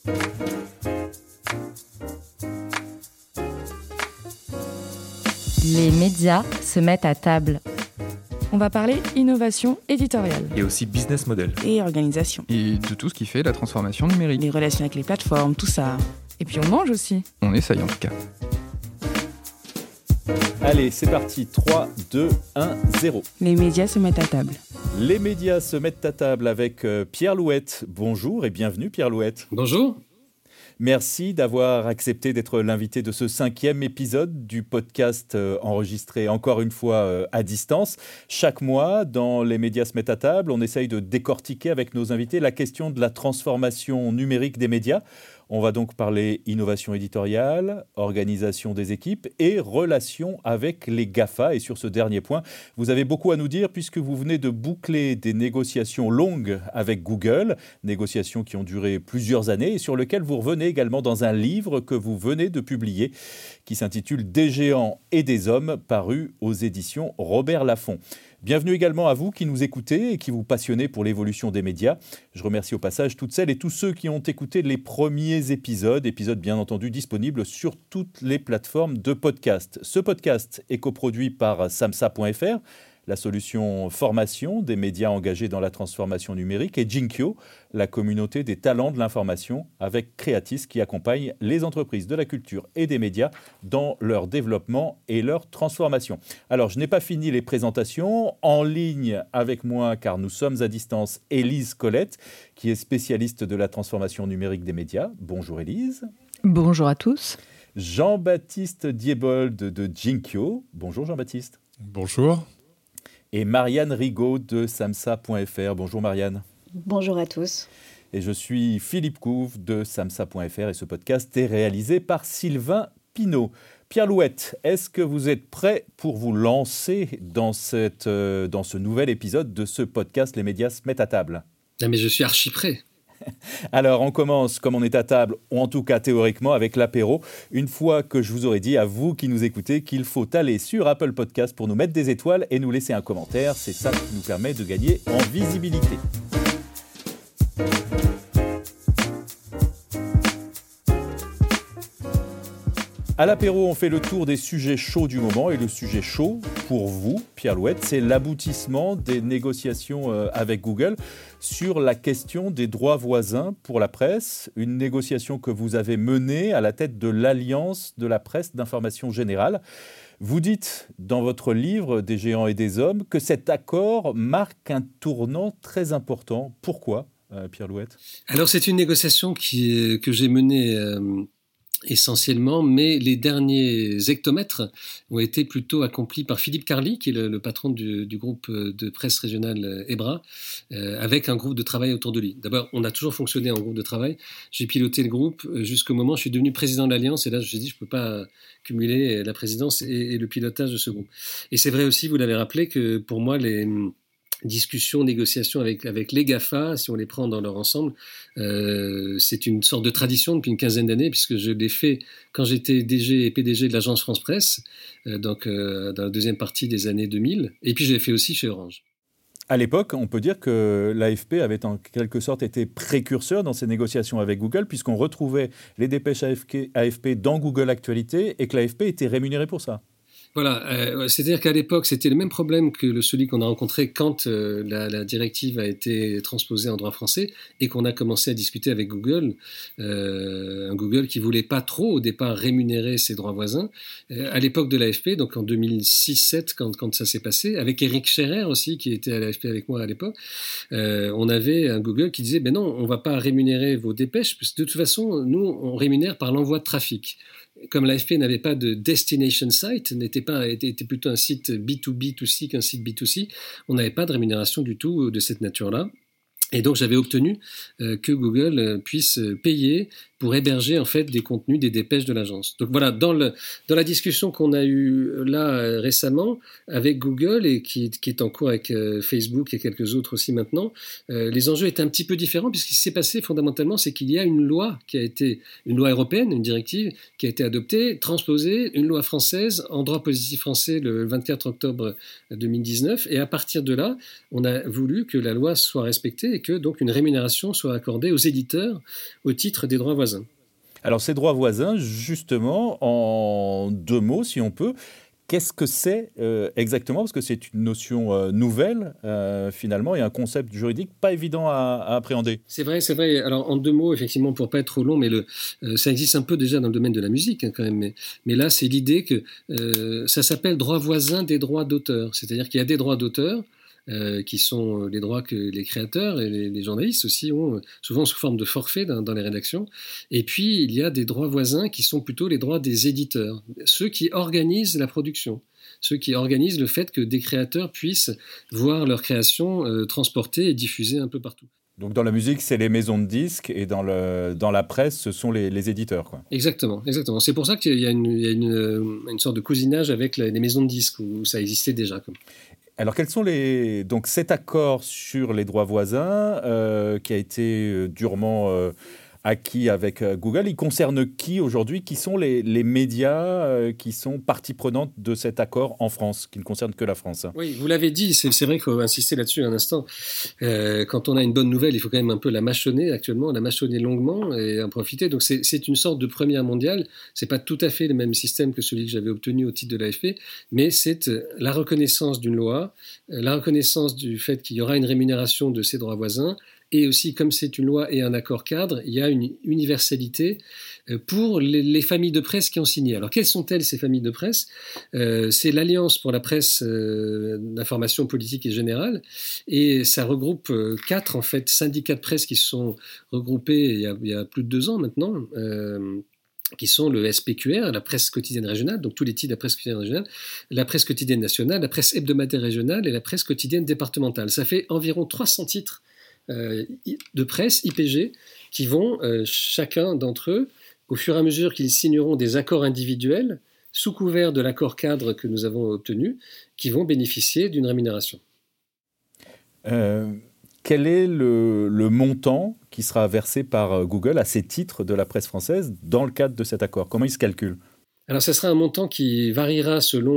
Les médias se mettent à table. On va parler innovation éditoriale. Et aussi business model. Et organisation. Et de tout ce qui fait la transformation numérique. Les relations avec les plateformes, tout ça. Et puis on mange aussi. On essaye en tout cas. Allez, c'est parti. 3, 2, 1, 0. Les médias se mettent à table. Les médias se mettent à table avec Pierre Louette. Bonjour et bienvenue Pierre Louette. Bonjour. Merci d'avoir accepté d'être l'invité de ce 5e épisode du podcast enregistré encore une fois à distance. Chaque mois, dans Les médias se mettent à table, on essaye de décortiquer avec nos invités la question de la transformation numérique des médias. On va donc parler innovation éditoriale, organisation des équipes et relations avec les GAFA. Et sur ce dernier point, vous avez beaucoup à nous dire puisque vous venez de boucler des négociations longues avec Google, négociations qui ont duré plusieurs années et sur lesquelles vous revenez également dans un livre que vous venez de publier qui s'intitule « Des géants et des hommes » paru aux éditions Robert Laffont. Bienvenue également à vous qui nous écoutez et qui vous passionnez pour l'évolution des médias. Je remercie au passage toutes celles et tous ceux qui ont écouté les premiers épisodes bien entendu disponibles sur toutes les plateformes de podcast. Ce podcast est coproduit par samsa.fr, la solution formation des médias engagés dans la transformation numérique, et Jinkyo, la communauté des talents de l'information, avec Creatis qui accompagne les entreprises de la culture et des médias dans leur développement et leur transformation. Alors, je n'ai pas fini les présentations. En ligne avec moi, car nous sommes à distance, Élise Colette, qui est spécialiste de la transformation numérique des médias. Bonjour Élise. Bonjour à tous. Jean-Baptiste Diebold de Jinkyo. Bonjour Jean-Baptiste. Bonjour. Et Marianne Rigaud de samsa.fr. Bonjour Marianne. Bonjour à tous. Et je suis Philippe Couve de samsa.fr et ce podcast est réalisé par Sylvain Pinault. Pierre Louette, est-ce que vous êtes prêt pour vous lancer dans ce nouvel épisode de ce podcast Les médias se mettent à table ? Ah mais je suis archi prêt. Alors, on commence, comme on est à table, ou en tout cas théoriquement, avec l'apéro. Une fois que je vous aurai dit, à vous qui nous écoutez, qu'il faut aller sur Apple Podcast pour nous mettre des étoiles et nous laisser un commentaire. C'est ça qui nous permet de gagner en visibilité. À l'apéro, on fait le tour des sujets chauds du moment. Et le sujet chaud, pour vous, Pierre Louette, c'est l'aboutissement des négociations avec Google sur la question des droits voisins pour la presse. Une négociation que vous avez menée à la tête de l'Alliance de la presse d'information générale. Vous dites dans votre livre « Des géants et des hommes » que cet accord marque un tournant très important. Pourquoi, Pierre Louette ? Alors, c'est une négociation que j'ai menée essentiellement, mais les derniers hectomètres ont été plutôt accomplis par Philippe Carli, qui est le patron du groupe de presse régionale EBRA, avec un groupe de travail autour de lui. D'abord, on a toujours fonctionné en groupe de travail. J'ai piloté le groupe jusqu'au moment où je suis devenu président de l'Alliance, et là, je me suis dit, je ne peux pas cumuler la présidence et le pilotage de ce groupe. Et c'est vrai aussi, vous l'avez rappelé, que pour moi, les discussions, négociations avec les GAFA, si on les prend dans leur ensemble, c'est une sorte de tradition depuis une quinzaine d'années, puisque je l'ai fait quand j'étais DG et PDG de l'agence France Presse, donc dans la deuxième partie des années 2000, et puis je l'ai fait aussi chez Orange. À l'époque, on peut dire que l'AFP avait en quelque sorte été précurseur dans ces négociations avec Google, puisqu'on retrouvait les dépêches AFP dans Google Actualité et que l'AFP était rémunéré pour ça. Voilà, c'est-à-dire qu'à l'époque, c'était le même problème que celui qu'on a rencontré quand la directive a été transposée en droit français et qu'on a commencé à discuter avec Google, un Google qui voulait pas trop au départ rémunérer ses droits voisins. À l'époque de l'AFP, donc en 2006-2007, quand ça s'est passé, avec Eric Scherer aussi, qui était à l'AFP avec moi à l'époque, on avait un Google qui disait, ben non, on va pas rémunérer vos dépêches, parce que de toute façon, nous, on rémunère par l'envoi de trafic. Comme l'AFP n'avait pas de destination site, était plutôt un site B2B2C qu'un site B2C, on n'avait pas de rémunération du tout de cette nature-là. Et donc, j'avais obtenu que Google puisse payer pour héberger en fait des contenus, des dépêches de l'agence. Donc voilà, dans la discussion qu'on a eue là récemment avec Google et qui est en cours avec Facebook et quelques autres aussi maintenant, les enjeux étaient un petit peu différents puisque ce qui s'est passé fondamentalement, c'est qu'il y a une loi une loi européenne, une directive qui a été adoptée, transposée, une loi française en droit positif français le 24 octobre 2019 et à partir de là, on a voulu que la loi soit respectée et que donc une rémunération soit accordée aux éditeurs au titre des droits voisins. Alors ces droits voisins, justement, en 2 mots si on peut, qu'est-ce que c'est exactement ? Parce que c'est une notion nouvelle, finalement, et un concept juridique pas évident à appréhender. C'est vrai. Alors, en 2 mots, effectivement, pour pas être trop long, mais ça existe un peu déjà dans le domaine de la musique, quand même. Mais là, c'est l'idée que ça s'appelle droit voisin des droits d'auteur. C'est-à-dire qu'il y a des droits d'auteur qui sont les droits que les créateurs et les journalistes aussi ont, souvent sous forme de forfait dans les rédactions. Et puis, il y a des droits voisins qui sont plutôt les droits des éditeurs, ceux qui organisent la production, ceux qui organisent le fait que des créateurs puissent voir leur création transportée et diffusée un peu partout. Donc dans la musique, c'est les maisons de disques et dans la presse, ce sont les éditeurs, quoi. Exactement. C'est pour ça qu'il y a une sorte de cousinage avec les maisons de disques où ça existait déjà. Alors, quels sont donc cet accord sur les droits voisins qui a été durement acquis avec Google, il concerne qui aujourd'hui ? Qui sont les médias qui sont partie prenante de cet accord en France, qui ne concerne que la France ? Oui, vous l'avez dit, c'est vrai qu'il faut insister là-dessus un instant. Quand on a une bonne nouvelle, il faut quand même un peu la mâchonner actuellement, la mâchonner longuement et en profiter. Donc c'est une sorte de première mondiale. C'est pas tout à fait le même système que celui que j'avais obtenu au titre de l'AFP, mais c'est la reconnaissance d'une loi, la reconnaissance du fait qu'il y aura une rémunération de ces droits voisins. Et aussi, comme c'est une loi et un accord cadre, il y a une universalité pour les familles de presse qui ont signé. Alors, quelles sont-elles, ces familles de presse ? C'est l'Alliance pour la presse d'information politique et générale, et ça regroupe 4, en fait, syndicats de presse qui se sont regroupés il y a plus de 2 ans maintenant, qui sont le SPQR, la presse quotidienne régionale, donc tous les titres de la presse quotidienne régionale, la presse quotidienne nationale, la presse hebdomadaire régionale et la presse quotidienne départementale. Ça fait environ 300 titres de presse, IPG, qui vont, chacun d'entre eux, au fur et à mesure qu'ils signeront des accords individuels, sous couvert de l'accord cadre que nous avons obtenu, qui vont bénéficier d'une rémunération. Quel est le montant qui sera versé par Google à ces titres de la presse française dans le cadre de cet accord ? Comment il se calcule ? Alors, ce sera un montant qui variera selon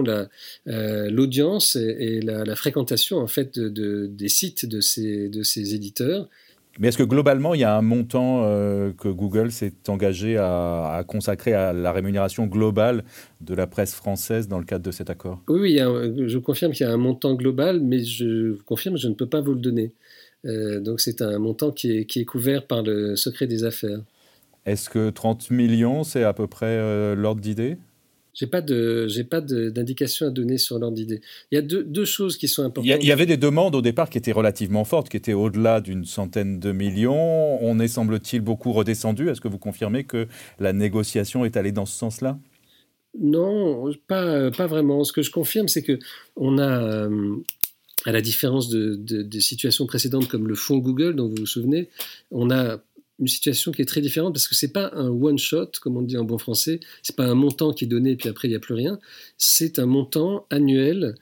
l'audience et la fréquentation en fait des sites de ces éditeurs. Mais est-ce que globalement, il y a un montant que Google s'est engagé à consacrer à la rémunération globale de la presse française dans le cadre de cet accord ? Oui, je confirme qu'il y a un montant global, mais je vous confirme, je ne peux pas vous le donner. Donc, c'est un montant qui est couvert par le secret des affaires. Est-ce que 30 millions, c'est à peu près l'ordre d'idée ? J'ai pas d'indication à donner sur l'ordre d'idée. Il y a deux choses qui sont importantes. Il y avait des demandes au départ qui étaient relativement fortes, qui étaient au-delà d'une centaine de millions. On est, semble-t-il, beaucoup redescendu. Est-ce que vous confirmez que la négociation est allée dans ce sens-là ? Non, pas vraiment. Ce que je confirme, c'est qu'on a... à la différence de situations précédentes comme le fonds Google dont vous vous souvenez, on a une situation qui est très différente parce que c'est pas un one shot comme on dit en bon français, c'est pas un montant qui est donné et puis après il n'y a plus rien, c'est un montant annuel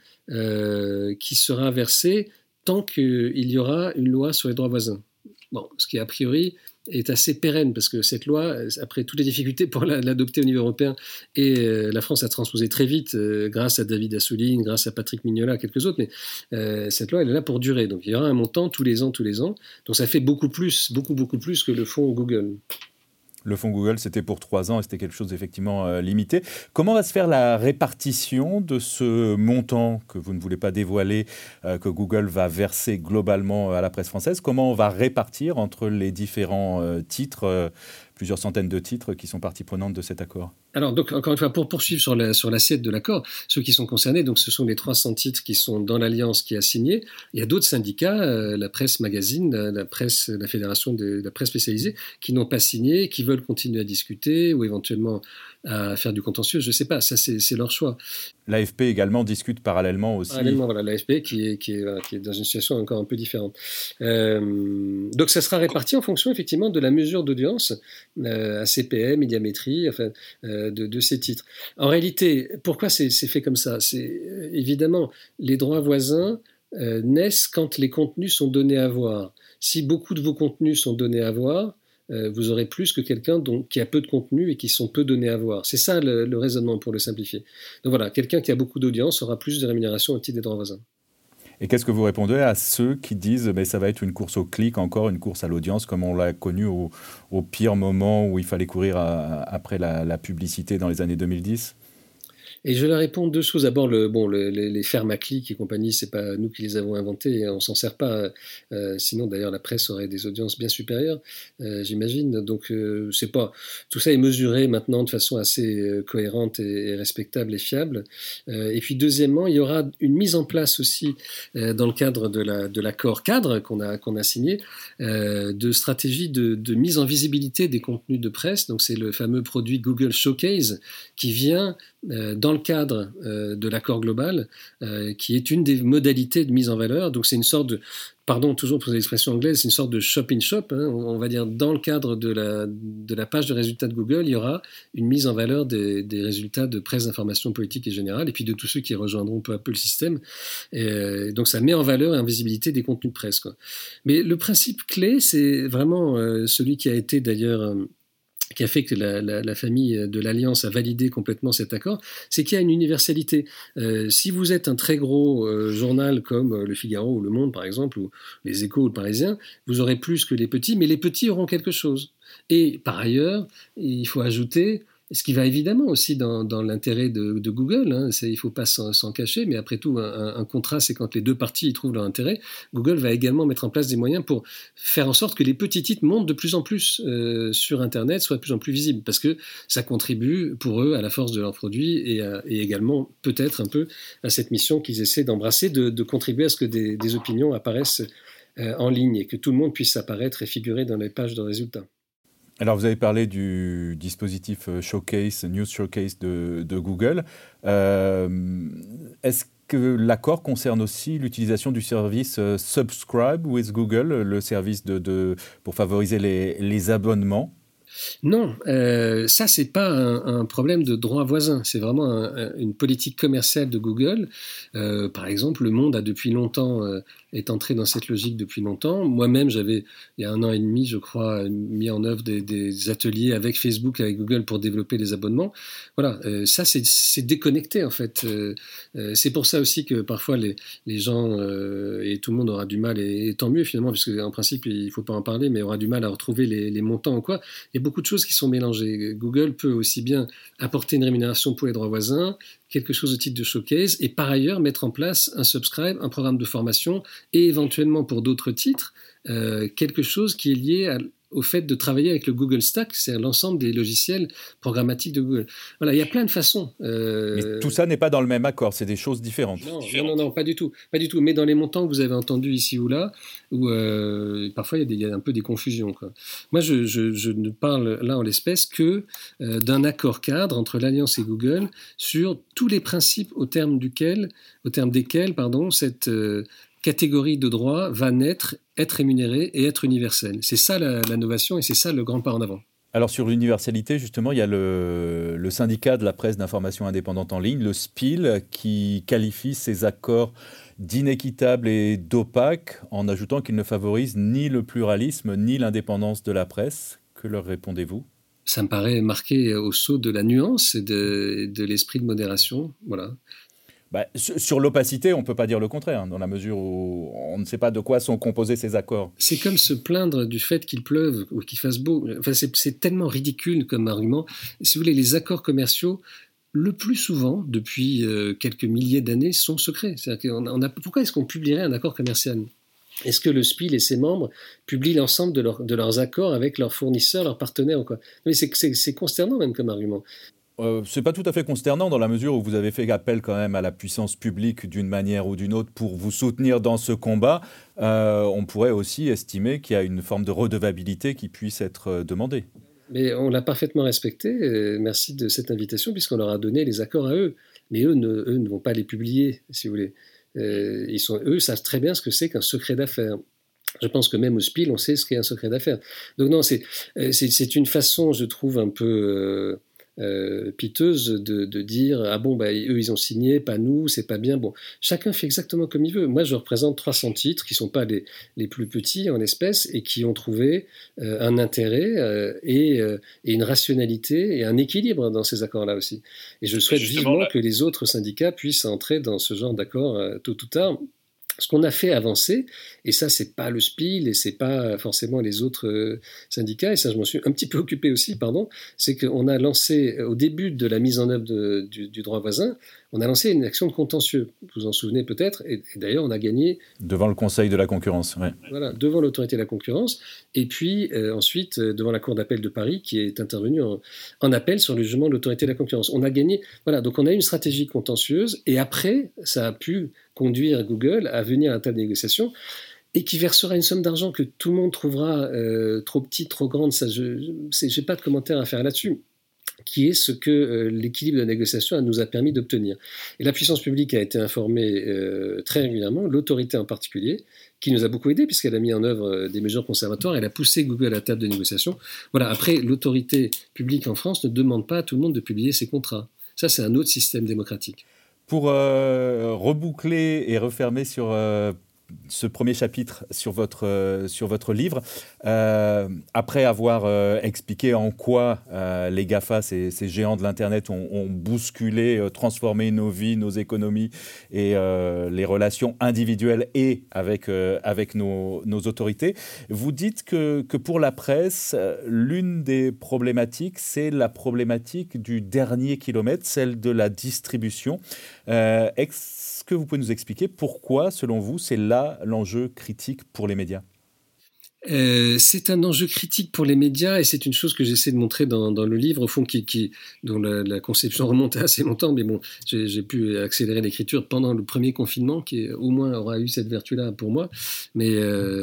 qui sera versé tant qu'il y aura une loi sur les droits voisins. Bon, ce qui a priori est assez pérenne parce que cette loi, après toutes les difficultés pour l'adopter au niveau européen, et la France a transposé très vite grâce à David Assouline, grâce à Patrick Mignola, quelques autres, mais cette loi, elle est là pour durer. Donc il y aura un montant tous les ans. Donc ça fait beaucoup plus que le fonds Google. Le fonds Google, c'était pour 3 ans et c'était quelque chose d'effectivement limité. Comment va se faire la répartition de ce montant que vous ne voulez pas dévoiler, que Google va verser globalement à la presse française ? Comment on va répartir entre les différents titres, plusieurs centaines de titres qui sont partie prenante de cet accord ? Alors, donc, encore une fois, pour poursuivre sur l'assiette de l'accord, ceux qui sont concernés, donc, ce sont les 300 titres qui sont dans l'Alliance qui a signé. Il y a d'autres syndicats, la presse magazine, la fédération de la presse spécialisée, qui n'ont pas signé, qui veulent continuer à discuter ou éventuellement à faire du contentieux. Je ne sais pas, ça, c'est leur choix. L'AFP également discute parallèlement aussi. Parallèlement, voilà, l'AFP qui est dans une situation encore un peu différente. Donc, ça sera réparti en fonction, effectivement, de la mesure d'audience ACPM, Médiamétrie, de ces titres. En réalité, pourquoi c'est fait comme ça ? C'est évidemment les droits voisins naissent quand les contenus sont donnés à voir. Si beaucoup de vos contenus sont donnés à voir, vous aurez plus que quelqu'un qui a peu de contenu et qui sont peu donnés à voir. C'est ça le raisonnement pour le simplifier. Donc voilà, quelqu'un qui a beaucoup d'audience aura plus de rémunération au titre des droits voisins. Et qu'est-ce que vous répondez à ceux qui disent ça va être une course au clic, encore une course à l'audience, comme on l'a connu au pire moment où il fallait courir après la publicité dans les années 2010 ? Et je leur réponds deux choses. D'abord, les fermes à clics et compagnie, c'est pas nous qui les avons inventés, on s'en sert pas. Sinon, d'ailleurs, la presse aurait des audiences bien supérieures, j'imagine. Donc, c'est pas tout ça est mesuré maintenant de façon assez cohérente et respectable et fiable. Et puis, deuxièmement, il y aura une mise en place aussi dans le cadre de l'accord cadre qu'on a signé, de stratégies de mise en visibilité des contenus de presse. Donc, c'est le fameux produit Google Showcase qui vient dans le cadre de l'accord global, qui est une des modalités de mise en valeur. Donc c'est une sorte de, pardon, toujours pour l'expression anglaise, c'est une sorte de shop-in-shop. On va dire dans le cadre de la page de résultats de Google, il y aura une mise en valeur des résultats de presse d'information politique et générale, et puis de tous ceux qui rejoindront peu à peu le système. Et donc ça met en valeur et en visibilité des contenus de presse, quoi. Mais le principe clé, c'est vraiment celui qui a été d'ailleurs... qui a fait que la famille de l'Alliance a validé complètement cet accord, c'est qu'il y a une universalité. Si vous êtes un très gros journal comme Le Figaro ou Le Monde, par exemple, ou Les Échos ou Le Parisien, vous aurez plus que les petits, mais les petits auront quelque chose. Et par ailleurs, il faut ajouter... Ce qui va évidemment aussi dans l'intérêt de Google, il ne faut pas s'en cacher, mais après tout, un contrat, c'est quand les deux parties y trouvent leur intérêt. Google va également mettre en place des moyens pour faire en sorte que les petits titres montent de plus en plus sur Internet, soient de plus en plus visibles, parce que ça contribue pour eux à la force de leurs produits et également peut-être un peu à cette mission qu'ils essaient d'embrasser, de contribuer à ce que des opinions apparaissent en ligne et que tout le monde puisse apparaître et figurer dans les pages de résultats. Alors, vous avez parlé du dispositif Showcase, News Showcase de Google. Est-ce que l'accord concerne aussi l'utilisation du service Subscribe with Google, le service pour favoriser les abonnements ? Non, ça c'est pas un problème de droit voisin, c'est vraiment une politique commerciale de Google. Par exemple, Le Monde a depuis longtemps est entré dans cette logique depuis longtemps. Moi-même, j'avais il y a 1 an et demi, je crois, mis en œuvre des ateliers avec Facebook, avec Google pour développer les abonnements. Voilà, ça c'est déconnecté en fait. C'est pour ça aussi que parfois les gens et tout le monde aura du mal, et tant mieux finalement, parce qu'en principe il faut pas en parler, mais aura du mal à retrouver les montants ou quoi. Il y a beaucoup de choses qui sont mélangées. Google peut aussi bien apporter une rémunération pour les droits voisins, quelque chose au titre de showcase, et par ailleurs mettre en place un subscribe, un programme de formation, et éventuellement pour d'autres titres, quelque chose qui est lié au fait de travailler avec le Google Stack, c'est l'ensemble des logiciels programmatiques de Google. Voilà, il y a plein de façons. Mais tout ça n'est pas dans le même accord, c'est des choses différentes. Non, pas du tout. Pas du tout. Mais dans les montants que vous avez entendus ici ou là, où parfois il y a un peu des confusions, quoi. Moi, je ne parle là en l'espèce que d'un accord cadre entre l'Alliance et Google sur tous les principes au terme desquels cette catégorie de droits va naître, être rémunérée et être universelle. C'est ça l'innovation et c'est ça le grand pas en avant. Alors sur l'universalité, justement, il y a le syndicat de la presse d'information indépendante en ligne, le SPIL, qui qualifie ces accords d'inéquitables et d'opaques en ajoutant qu'ils ne favorisent ni le pluralisme ni l'indépendance de la presse. Que leur répondez-vous ? Ça me paraît marqué au sceau de la nuance et de l'esprit de modération. Voilà. Sur l'opacité, on ne peut pas dire le contraire, dans la mesure où on ne sait pas de quoi sont composés ces accords. C'est comme se plaindre du fait qu'il pleuve ou qu'il fasse beau. Enfin, c'est tellement ridicule comme argument. Si vous voulez, les accords commerciaux, le plus souvent, depuis quelques milliers d'années, sont secrets. C'est-à-dire pourquoi est-ce qu'on publierait un accord commercial ? Est-ce que le SPIL et ses membres publient l'ensemble de leurs accords avec leurs fournisseurs, leurs partenaires ou quoi ? Mais c'est consternant même comme argument. C'est pas tout à fait consternant dans la mesure où vous avez fait appel quand même à la puissance publique d'une manière ou d'une autre pour vous soutenir dans ce combat. On pourrait aussi estimer qu'il y a une forme de redevabilité qui puisse être demandée. Mais on l'a parfaitement respecté. Merci de cette invitation puisqu'on leur a donné les accords à eux. Mais eux ne vont pas les publier, si vous voulez. Eux savent très bien ce que c'est qu'un secret d'affaires. Je pense que même au SPIL, on sait ce qu'est un secret d'affaires. Donc non, c'est une façon, je trouve, un peu piteuse de dire « Ah bon, eux, ils ont signé, pas nous, c'est pas bien. » Bon, chacun fait exactement comme il veut. Moi, je représente 300 titres qui ne sont pas les plus petits en espèces et qui ont trouvé un intérêt et une rationalité et un équilibre dans ces accords-là aussi. Et je souhaite vivement que les autres syndicats puissent entrer dans ce genre d'accord tôt ou tard. Ce qu'on a fait avancer, et ça, c'est pas le SPIL et c'est pas forcément les autres syndicats, et ça, je m'en suis un petit peu occupé aussi, c'est qu'on a lancé, au début de la mise en œuvre du droit voisin, on a lancé une action de contentieux. Vous vous en souvenez peut-être, et d'ailleurs, on a gagné. Devant le Conseil de la concurrence, oui. Voilà, devant l'autorité de la concurrence, et puis ensuite, devant la Cour d'appel de Paris, qui est intervenue en appel sur le jugement de l'autorité de la concurrence. On a gagné. Voilà, donc on a eu une stratégie contentieuse, et après, ça a pu conduire Google à venir à la table de négociation et qui versera une somme d'argent que tout le monde trouvera trop petite, trop grande. Ça, je n'ai pas de commentaire à faire là-dessus, qui est ce que l'équilibre de la négociation nous a permis d'obtenir. Et la puissance publique a été informée très régulièrement, l'autorité en particulier, qui nous a beaucoup aidé puisqu'elle a mis en œuvre des mesures conservatoires, elle a poussé Google à la table de négociation. Voilà. Après, l'autorité publique en France ne demande pas à tout le monde de publier ses contrats. Ça, c'est un autre système démocratique. Pour reboucler et refermer sur ce premier chapitre sur votre livre, après avoir expliqué en quoi les GAFA, ces géants de l'Internet, ont bousculé, transformé nos vies, nos économies et les relations individuelles et avec nos autorités, vous dites que pour la presse, l'une des problématiques, c'est la problématique du dernier kilomètre, celle de la distribution. Est-ce que vous pouvez nous expliquer pourquoi, selon vous, c'est là l'enjeu critique pour les médias ? C'est un enjeu critique pour les médias et c'est une chose que j'essaie de montrer dans le livre, au fond, dont la conception remonte à assez longtemps, mais bon, j'ai pu accélérer l'écriture pendant le premier confinement, qui au moins aura eu cette vertu-là pour moi. Mais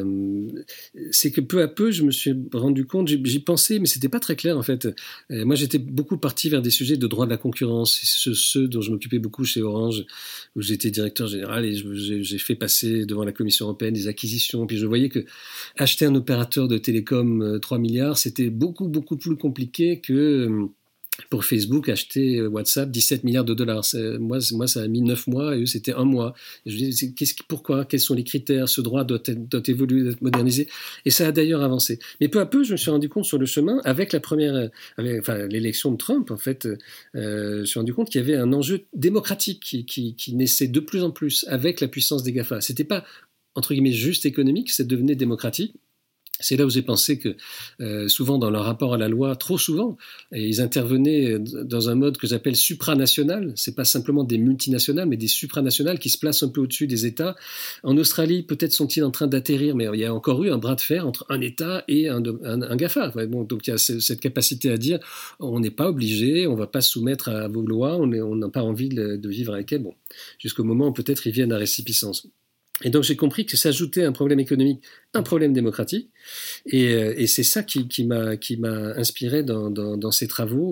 c'est que peu à peu, je me suis rendu compte, j'y pensais, mais c'était pas très clair en fait. Moi, j'étais beaucoup parti vers des sujets de droit de la concurrence, ceux dont je m'occupais beaucoup chez Orange, où j'étais directeur général et j'ai fait passer devant la Commission européenne des acquisitions. Puis je voyais que acheter un opérateur de télécom 3 milliards, c'était beaucoup, beaucoup plus compliqué que pour Facebook acheter WhatsApp 17 milliards de dollars. Moi, ça a mis 9 mois et eux, c'était 1 mois. Et je me dis, pourquoi ? Quels sont les critères ? Ce droit doit évoluer, doit être modernisé. Et ça a d'ailleurs avancé. Mais peu à peu, je me suis rendu compte sur le chemin, avec l'élection de Trump, en fait, je me suis rendu compte qu'il y avait un enjeu démocratique qui naissait de plus en plus avec la puissance des GAFA. C'était pas, entre guillemets, juste économique, ça devenait démocratique. C'est là où j'ai pensé que souvent dans leur rapport à la loi, trop souvent, ils intervenaient dans un mode que j'appelle supranational. C'est pas simplement des multinationales, mais des supranationales qui se placent un peu au-dessus des États. En Australie, peut-être sont-ils en train d'atterrir, mais il y a encore eu un bras de fer entre un État et un GAFA. Bon, donc il y a cette capacité à dire on n'est pas obligé, on va pas se soumettre à vos lois, on n'a pas envie de vivre avec elles. Bon, jusqu'au moment où peut-être ils viennent à récipiscence. Et donc j'ai compris que s'ajoutait un problème économique, un problème démocratique, et c'est ça qui m'a inspiré dans ces travaux,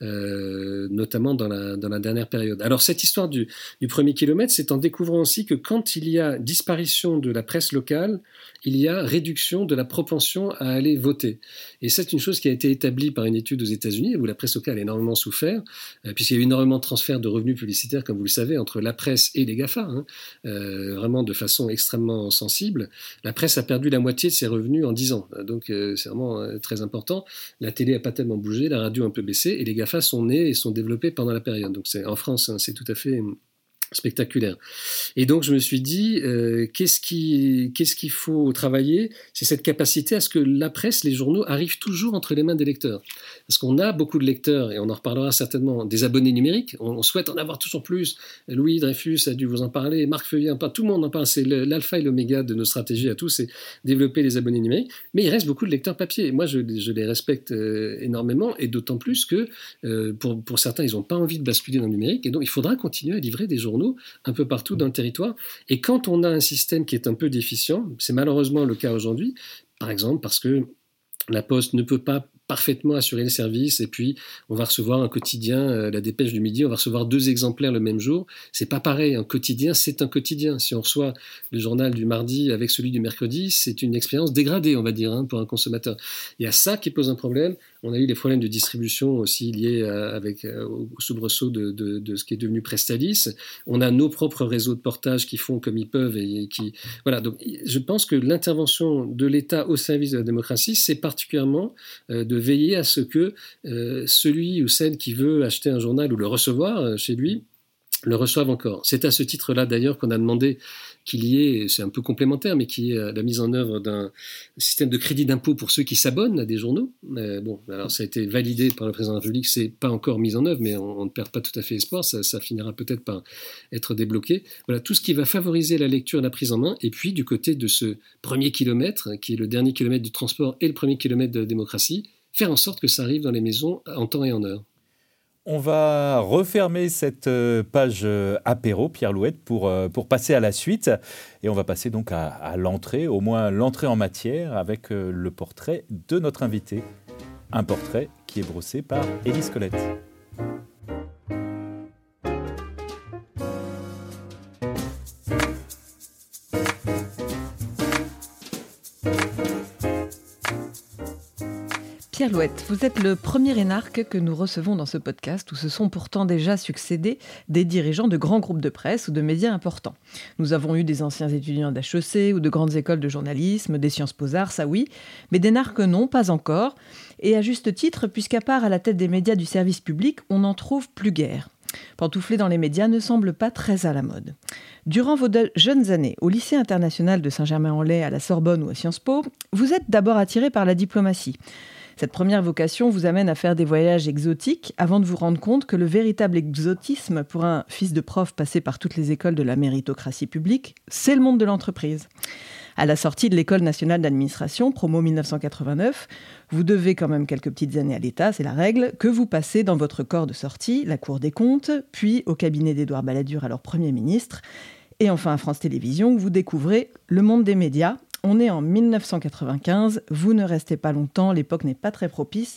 notamment dans la dernière période. Alors cette histoire du premier kilomètre, c'est en découvrant aussi que quand il y a disparition de la presse locale, il y a réduction de la propension à aller voter. Et c'est une chose qui a été établie par une étude aux États-Unis, où la presse locale a énormément souffert, puisqu'il y a eu énormément de transferts de revenus publicitaires, comme vous le savez, entre la presse et les GAFA, vraiment de façon extrêmement sensible. La presse a perdu la moitié de ses revenus en 10 ans. Donc c'est vraiment très important. La télé n'a pas tellement bougé, la radio a un peu baissé, et les GAFA sont nés et sont développés pendant la période. Donc en France, c'est tout à fait spectaculaire. Et donc je me suis dit, qu'est-ce qu'il faut travailler ? C'est cette capacité à ce que la presse, les journaux arrivent toujours entre les mains des lecteurs. Parce qu'on a beaucoup de lecteurs, et on en reparlera certainement, des abonnés numériques. On souhaite en avoir toujours plus. Louis Dreyfus a dû vous en parler, Marc Feuillin, tout le monde en parle. C'est l'alpha et l'oméga de nos stratégies à tous, c'est développer les abonnés numériques. Mais il reste beaucoup de lecteurs papier. Et moi, je les respecte énormément, et d'autant plus que pour certains, ils n'ont pas envie de basculer dans le numérique. Et donc, il faudra continuer à livrer des journaux un peu partout dans le territoire. Et quand on a un système qui est un peu déficient, c'est malheureusement le cas aujourd'hui, par exemple parce que la Poste ne peut pas parfaitement assurer le service, et puis on va recevoir un quotidien, la Dépêche du Midi, on va recevoir 2 exemplaires le même jour. C'est pas pareil, un quotidien, c'est un quotidien. Si on reçoit le journal du mardi avec celui du mercredi, c'est une expérience dégradée, on va dire, pour un consommateur. Il y a ça qui pose un problème. On a eu des problèmes de distribution aussi liés au soubresaut de ce qui est devenu Prestalis. On a nos propres réseaux de portage qui font comme ils peuvent et qui... Voilà, donc je pense que l'intervention de l'État au service de la démocratie, c'est particulièrement de veiller à ce que celui ou celle qui veut acheter un journal ou le recevoir chez lui, le reçoivent encore. C'est à ce titre-là d'ailleurs qu'on a demandé qu'il y ait, c'est un peu complémentaire, mais qu'il y ait la mise en œuvre d'un système de crédit d'impôt pour ceux qui s'abonnent à des journaux. Bon, alors ça a été validé par le président de la République, c'est pas encore mis en œuvre, mais on ne perd pas tout à fait espoir, ça finira peut-être par être débloqué. Voilà, tout ce qui va favoriser la lecture et la prise en main, et puis du côté de ce premier kilomètre, qui est le dernier kilomètre du transport et le premier kilomètre de la démocratie, faire en sorte que ça arrive dans les maisons en temps et en heure. On va refermer cette page apéro, Pierre Louette, pour passer à la suite. Et on va passer donc à l'entrée, au moins l'entrée en matière, avec le portrait de notre invité. Un portrait qui est brossé par Élise Colette. Pierre Louette, vous êtes le premier énarque que nous recevons dans ce podcast où se sont pourtant déjà succédés des dirigeants de grands groupes de presse ou de médias importants. Nous avons eu des anciens étudiants d'HEC ou de grandes écoles de journalisme, des Sciences Po Arts, ça oui, mais d'énarques non, pas encore. Et à juste titre, puisqu'à part à la tête des médias du service public, on n'en trouve plus guère. Pantoufler dans les médias ne semble pas très à la mode. Durant vos jeunes années au lycée international de Saint-Germain-en-Laye, à la Sorbonne ou à Sciences Po, vous êtes d'abord attiré par la diplomatie. Cette première vocation vous amène à faire des voyages exotiques avant de vous rendre compte que le véritable exotisme pour un fils de prof passé par toutes les écoles de la méritocratie publique, c'est le monde de l'entreprise. À la sortie de l'École nationale d'administration, promo 1989, vous devez quand même quelques petites années à l'État, c'est la règle, que vous passez dans votre corps de sortie, la Cour des comptes, puis au cabinet d'Édouard Balladur, alors Premier ministre, et enfin à France Télévisions, où vous découvrez le monde des médias. On est en 1995, vous ne restez pas longtemps, l'époque n'est pas très propice.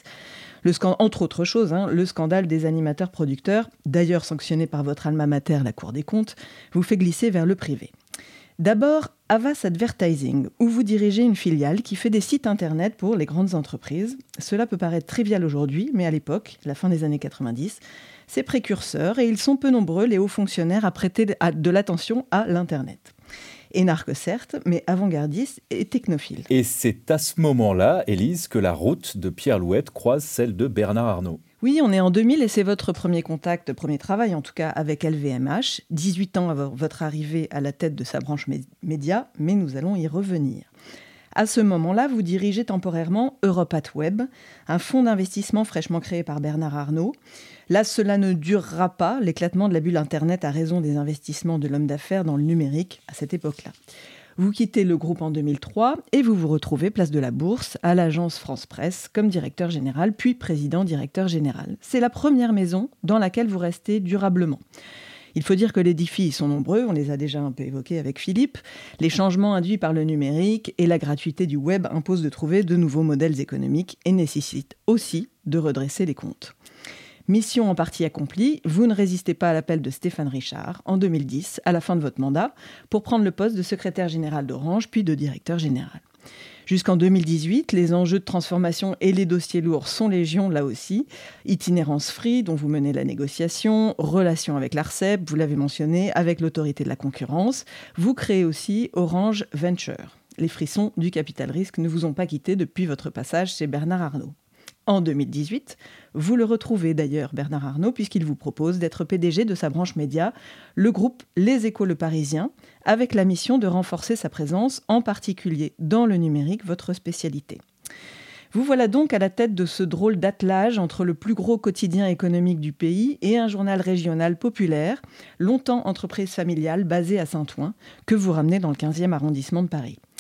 Entre autres choses, le scandale des animateurs-producteurs, d'ailleurs sanctionné par votre alma mater, la Cour des comptes, vous fait glisser vers le privé. D'abord, Havas Advertising, où vous dirigez une filiale qui fait des sites internet pour les grandes entreprises. Cela peut paraître trivial aujourd'hui, mais à l'époque, la fin des années 90, c'est précurseur et ils sont peu nombreux, les hauts fonctionnaires, à prêter de l'attention à l'Internet. Énarque certes, mais avant-gardiste et technophile. Et c'est à ce moment-là, Élise, que la route de Pierre Louette croise celle de Bernard Arnault. Oui, on est en 2000 et c'est votre premier contact, premier travail en tout cas, avec LVMH. 18 ans avant votre arrivée à la tête de sa branche média, mais nous allons y revenir. À ce moment-là, vous dirigez temporairement EuropaTweb, un fonds d'investissement fraîchement créé par Bernard Arnault. Là, cela ne durera pas, l'éclatement de la bulle Internet à raison des investissements de l'homme d'affaires dans le numérique à cette époque-là. Vous quittez le groupe en 2003 et vous vous retrouvez place de la Bourse à l'agence France Presse comme directeur général, puis président-directeur général. C'est la première maison dans laquelle vous restez durablement. Il faut dire que les défis sont nombreux, on les a déjà un peu évoqués avec Philippe. Les changements induits par le numérique et la gratuité du web imposent de trouver de nouveaux modèles économiques et nécessitent aussi de redresser les comptes. Mission en partie accomplie, vous ne résistez pas à l'appel de Stéphane Richard en 2010, à la fin de votre mandat, pour prendre le poste de secrétaire général d'Orange, puis de directeur général. Jusqu'en 2018, les enjeux de transformation et les dossiers lourds sont légion là aussi. Itinérance Free, dont vous menez la négociation, relations avec l'ARCEP, vous l'avez mentionné, avec l'autorité de la concurrence. Vous créez aussi Orange Venture. Les frissons du capital risque ne vous ont pas quitté depuis votre passage chez Bernard Arnault. En 2018, vous le retrouvez d'ailleurs, Bernard Arnault, puisqu'il vous propose d'être PDG de sa branche média, le groupe Les Échos Le Parisien, avec la mission de renforcer sa présence, en particulier dans le numérique, votre spécialité. Vous voilà donc à la tête de ce drôle d'attelage entre le plus gros quotidien économique du pays et un journal régional populaire, longtemps entreprise familiale basée à Saint-Ouen, que vous ramenez dans le 15e arrondissement de Paris.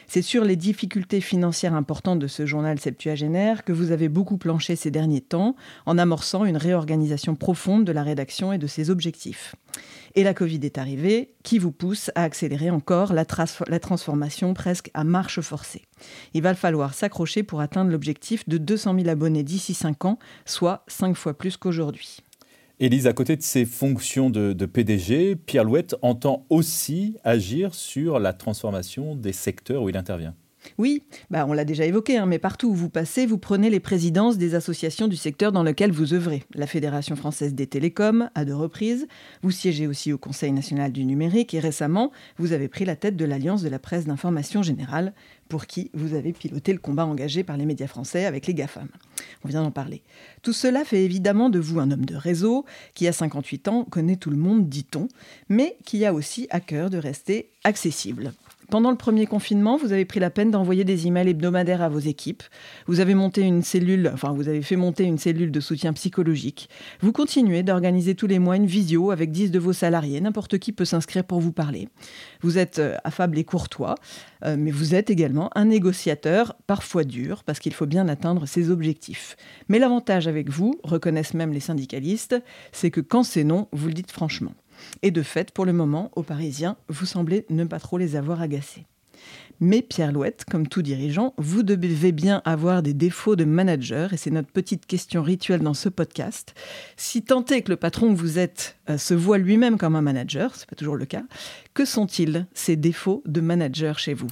C'est sur les difficultés financières importantes de ce journal septuagénaire que vous avez beaucoup planché ces derniers temps, en amorçant une réorganisation profonde de la rédaction et de ses objectifs. Et la Covid est arrivée, qui vous pousse à accélérer encore la transformation presque à marche forcée. Il va falloir s'accrocher pour atteindre l'objectif de 200 000 abonnés d'ici 5 ans, soit 5 fois plus qu'aujourd'hui. Élise, à côté de ses fonctions de PDG, Pierre Louette entend aussi agir sur la transformation des secteurs où il intervient. Oui, on l'a déjà évoqué, mais partout où vous passez, vous prenez les présidences des associations du secteur dans lequel vous œuvrez. La Fédération française des télécoms, à 2 reprises. Vous siégez aussi au Conseil national du numérique et récemment, vous avez pris la tête de l'Alliance de la presse d'information générale, pour qui vous avez piloté le combat engagé par les médias français avec les GAFAM. On vient d'en parler. Tout cela fait évidemment de vous un homme de réseau qui, à 58 ans, connaît tout le monde, dit-on, mais qui a aussi à cœur de rester accessible. Pendant le premier confinement, vous avez pris la peine d'envoyer des emails hebdomadaires à vos équipes. Vous avez fait monter une cellule de soutien psychologique. Vous continuez d'organiser tous les mois une visio avec 10 de vos salariés. N'importe qui peut s'inscrire pour vous parler. Vous êtes affable et courtois, mais vous êtes également un négociateur, parfois dur, parce qu'il faut bien atteindre ses objectifs. Mais l'avantage avec vous, reconnaissent même les syndicalistes, c'est que quand c'est non, vous le dites franchement. Et de fait, pour le moment, aux Parisiens, vous semblez ne pas trop les avoir agacés. Mais Pierre Louette, comme tout dirigeant, vous devez bien avoir des défauts de manager, et c'est notre petite question rituelle dans ce podcast. Si tant est que le patron que vous êtes se voit lui-même comme un manager, c'est pas toujours le cas, que sont-ils ces défauts de manager chez vous ?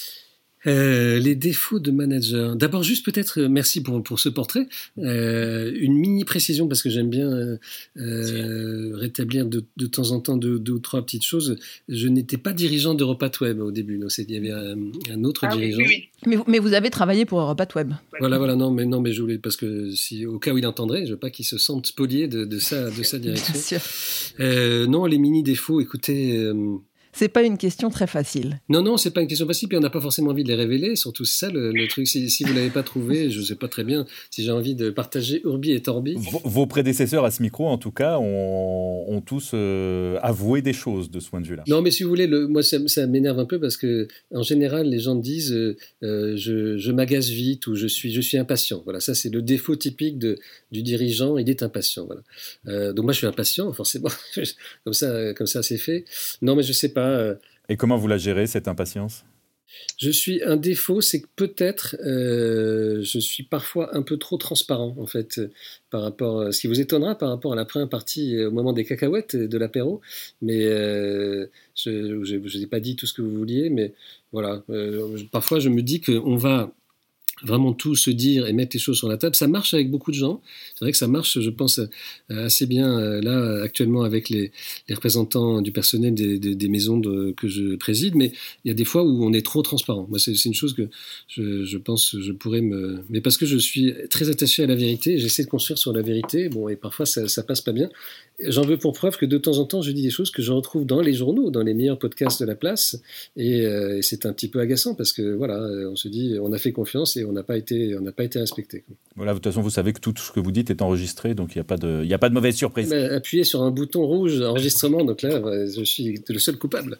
Les défauts de manager. D'abord, juste peut-être, merci pour ce portrait. Une mini précision, parce que j'aime bien rétablir de temps en temps deux ou trois petites choses. Je n'étais pas dirigeant d'Europat Web au début. Donc il y avait un autre dirigeant. Oui. Mais vous avez travaillé pour Europat Web. Voilà. Non, mais je voulais, parce que si, au cas où il entendrait, je veux pas qu'il se sente spolié de sa direction. Bien sûr. Non, les mini défauts, écoutez. C'est pas une question très facile. Non, c'est pas une question facile, puis on n'a pas forcément envie de les révéler, surtout c'est ça le truc. Si vous l'avez pas trouvé, je sais pas très bien si j'ai envie de partager Urbi et Torbi. Vos prédécesseurs à ce micro, en tout cas, ont tous avoué des choses de ce point de vue-là. Non, mais si vous voulez, moi ça m'énerve un peu parce que en général, les gens disent je m'agace vite ou je suis impatient. Voilà, ça c'est le défaut typique du dirigeant, il est impatient. Voilà. Donc moi je suis impatient, forcément. comme ça c'est fait. Non, mais je sais pas. Et comment vous la gérez, cette impatience ? Un défaut, c'est que peut-être je suis parfois un peu trop transparent, en fait, par rapport, ce qui vous étonnera par rapport à la première partie au moment des cacahuètes de l'apéro, mais je n'ai pas dit tout ce que vous vouliez, mais voilà, parfois je me dis qu'on va vraiment tout se dire et mettre les choses sur la table. Ça marche avec beaucoup de gens. C'est vrai que ça marche, je pense, assez bien là, actuellement, avec les représentants du personnel des maisons que je préside. Mais il y a des fois où on est trop transparent. Moi, c'est une chose que je pense je pourrais Mais parce que je suis très attaché à la vérité, j'essaie de construire sur la vérité. Bon, et parfois, ça passe pas bien. J'en veux pour preuve que de temps en temps, je dis des choses que je retrouve dans les journaux, dans les meilleurs podcasts de la place. Et c'est un petit peu agaçant parce que, voilà, on se dit, on a fait confiance et on n'a pas été respecté. Voilà, de toute façon, vous savez que tout ce que vous dites est enregistré, donc il n'y a pas de mauvaise surprise. Appuyez sur un bouton rouge, enregistrement, donc là, je suis le seul coupable.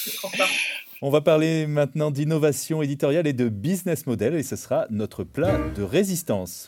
On va parler maintenant d'innovation éditoriale et de business model, et ce sera notre plat de résistance.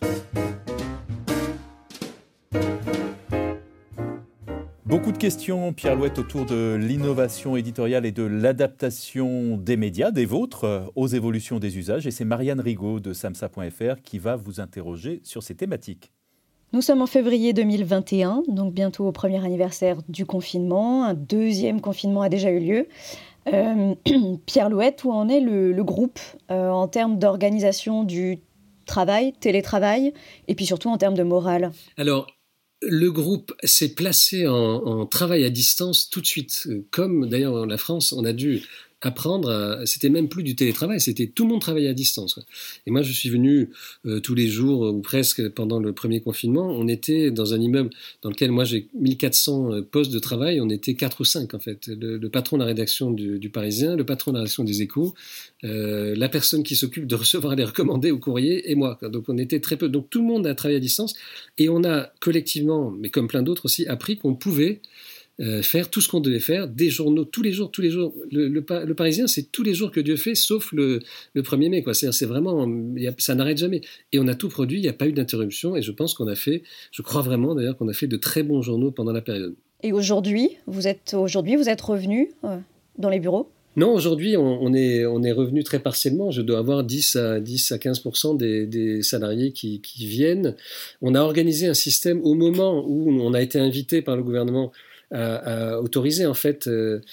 Beaucoup de questions, Pierre Louette, autour de l'innovation éditoriale et de l'adaptation des médias, des vôtres, aux évolutions des usages. Et c'est Marianne Rigaud de samsa.fr qui va vous interroger sur ces thématiques. Nous sommes en février 2021, donc bientôt au premier anniversaire du confinement. Un deuxième confinement a déjà eu lieu. Pierre Louette, où en est le groupe en termes d'organisation du travail, télétravail, et puis surtout en termes de morale ? Alors, le groupe s'est placé en travail à distance tout de suite. Comme d'ailleurs la France, on a dû apprendre, c'était même plus du télétravail, c'était tout le monde travaillait à distance. Et moi, je suis venu tous les jours, ou presque, pendant le premier confinement. On était dans un immeuble dans lequel moi j'ai 1400 postes de travail, on était 4 ou 5 en fait. Le patron de la rédaction du Parisien, le patron de la rédaction des Échos, la personne qui s'occupe de recevoir les recommandés au courrier et moi. Donc on était très peu. Donc tout le monde a travaillé à distance et on a collectivement, mais comme plein d'autres aussi, appris qu'on pouvait faire tout ce qu'on devait faire, des journaux tous les jours. Le Parisien, c'est tous les jours que Dieu fait, sauf le 1er mai, quoi. C'est vraiment, ça n'arrête jamais. Et on a tout produit, il n'y a pas eu d'interruption, et je pense je crois vraiment d'ailleurs qu'on a fait de très bons journaux pendant la période. Et aujourd'hui, vous êtes revenu dans les bureaux ? Non, aujourd'hui, on est revenu très partiellement. Je dois avoir 10 à 15% des salariés qui viennent. On a organisé un système au moment où on a été invité par le gouvernement à autoriser en fait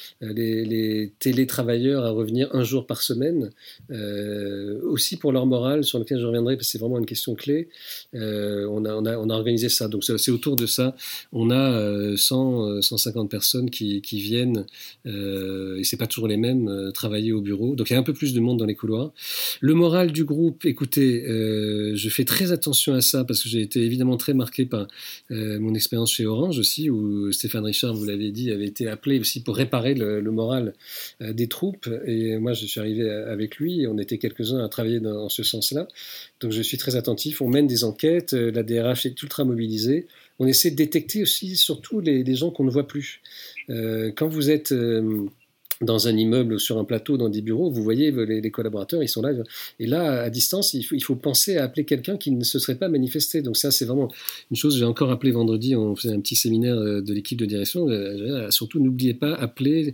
les télétravailleurs à revenir un jour par semaine, aussi pour leur morale, sur lequel je reviendrai parce que c'est vraiment une question clé. On a organisé ça, donc c'est autour de ça. On a 150 personnes qui viennent, et c'est pas toujours les mêmes, travailler au bureau. Donc il y a un peu plus de monde dans les couloirs. Le moral du groupe, écoutez, je fais très attention à ça parce que j'ai été évidemment très marqué par mon expérience chez Orange aussi, où Stéphane Richard, vous l'avez dit, avait été appelé aussi pour réparer le moral des troupes. Et moi, je suis arrivé avec lui. On était quelques-uns à travailler dans ce sens-là. Donc, je suis très attentif. On mène des enquêtes. La DRH est ultra mobilisée. On essaie de détecter aussi, surtout, les gens qu'on ne voit plus. Quand vous êtes dans un immeuble, sur un plateau, dans des bureaux, vous voyez les collaborateurs, ils sont là. Et là, à distance, il faut penser à appeler quelqu'un qui ne se serait pas manifesté. Donc ça, c'est vraiment une chose. J'ai encore appelé vendredi, on faisait un petit séminaire de l'équipe de direction. Surtout, n'oubliez pas, appelez,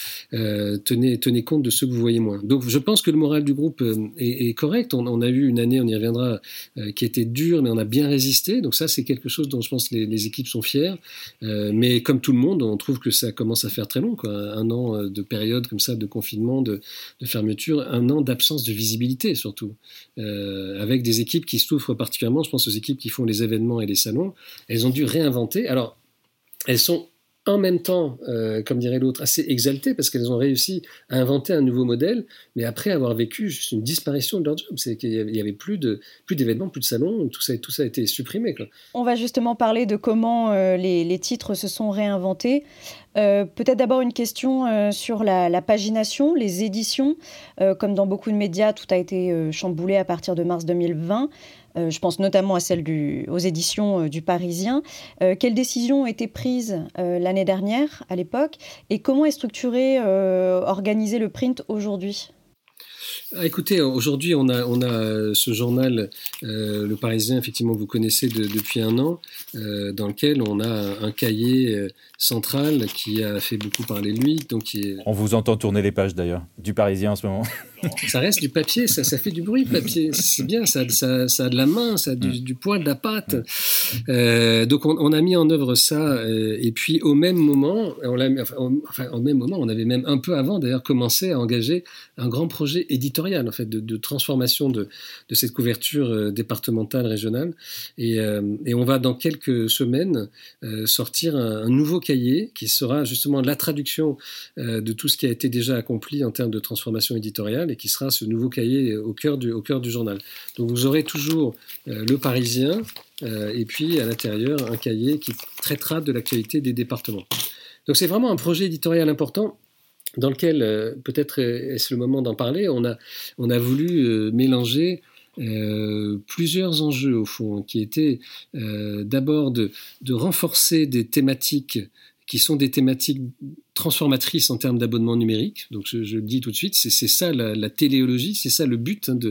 tenez compte de ceux que vous voyez moins. Donc je pense que le moral du groupe est correct. On a eu une année, on y reviendra, qui était dure, mais on a bien résisté. Donc ça, c'est quelque chose dont je pense que les équipes sont fières. Mais comme tout le monde, on trouve que ça commence à faire très long, quoi. Un an de période comme ça de confinement, de fermeture, un an d'absence de visibilité surtout, avec des équipes qui souffrent particulièrement. Je pense aux équipes qui font les événements et les salons. Elles ont dû réinventer. Alors, elles sont en même temps, comme dirait l'autre, assez exaltées parce qu'elles ont réussi à inventer un nouveau modèle, mais après avoir vécu juste une disparition de leur job. C'est qu'il n'y avait plus d'événements, plus de salons, tout ça a été supprimé, quoi. On va justement parler de comment les titres se sont réinventés. Peut-être d'abord une question sur la pagination, les éditions. Comme dans beaucoup de médias, tout a été chamboulé à partir de mars 2020. Je pense notamment à aux éditions du Parisien. Quelles décisions ont été prises l'année dernière, à l'époque, et comment est structuré, organisé le print aujourd'hui ? Écoutez, aujourd'hui, on a ce journal, Le Parisien, effectivement, vous connaissez depuis un an, dans lequel on a un cahier central qui a fait beaucoup parler de lui. Donc On vous entend tourner les pages, d'ailleurs, du Parisien en ce moment. Ça reste du papier, ça fait du bruit, le papier. C'est bien, ça a de la main, ça a du poids, de la patte. Donc on a mis en œuvre ça, et puis au même moment, on avait même un peu avant d'ailleurs commencé à engager un grand projet éditorial en fait de transformation de cette couverture départementale, régionale. Et on va dans quelques semaines sortir un nouveau cahier qui sera justement la traduction de tout ce qui a été déjà accompli en termes de transformation éditoriale, et qui sera ce nouveau cahier au cœur du journal. Donc vous aurez toujours Le Parisien, et puis à l'intérieur un cahier qui traitera de l'actualité des départements. Donc c'est vraiment un projet éditorial important dans lequel, peut-être est-ce le moment d'en parler, on a voulu mélanger plusieurs enjeux au fond, qui étaient d'abord de renforcer des thématiques qui sont des thématiques transformatrices en termes d'abonnement numérique. Donc je le dis tout de suite, c'est ça la téléologie, c'est ça le but de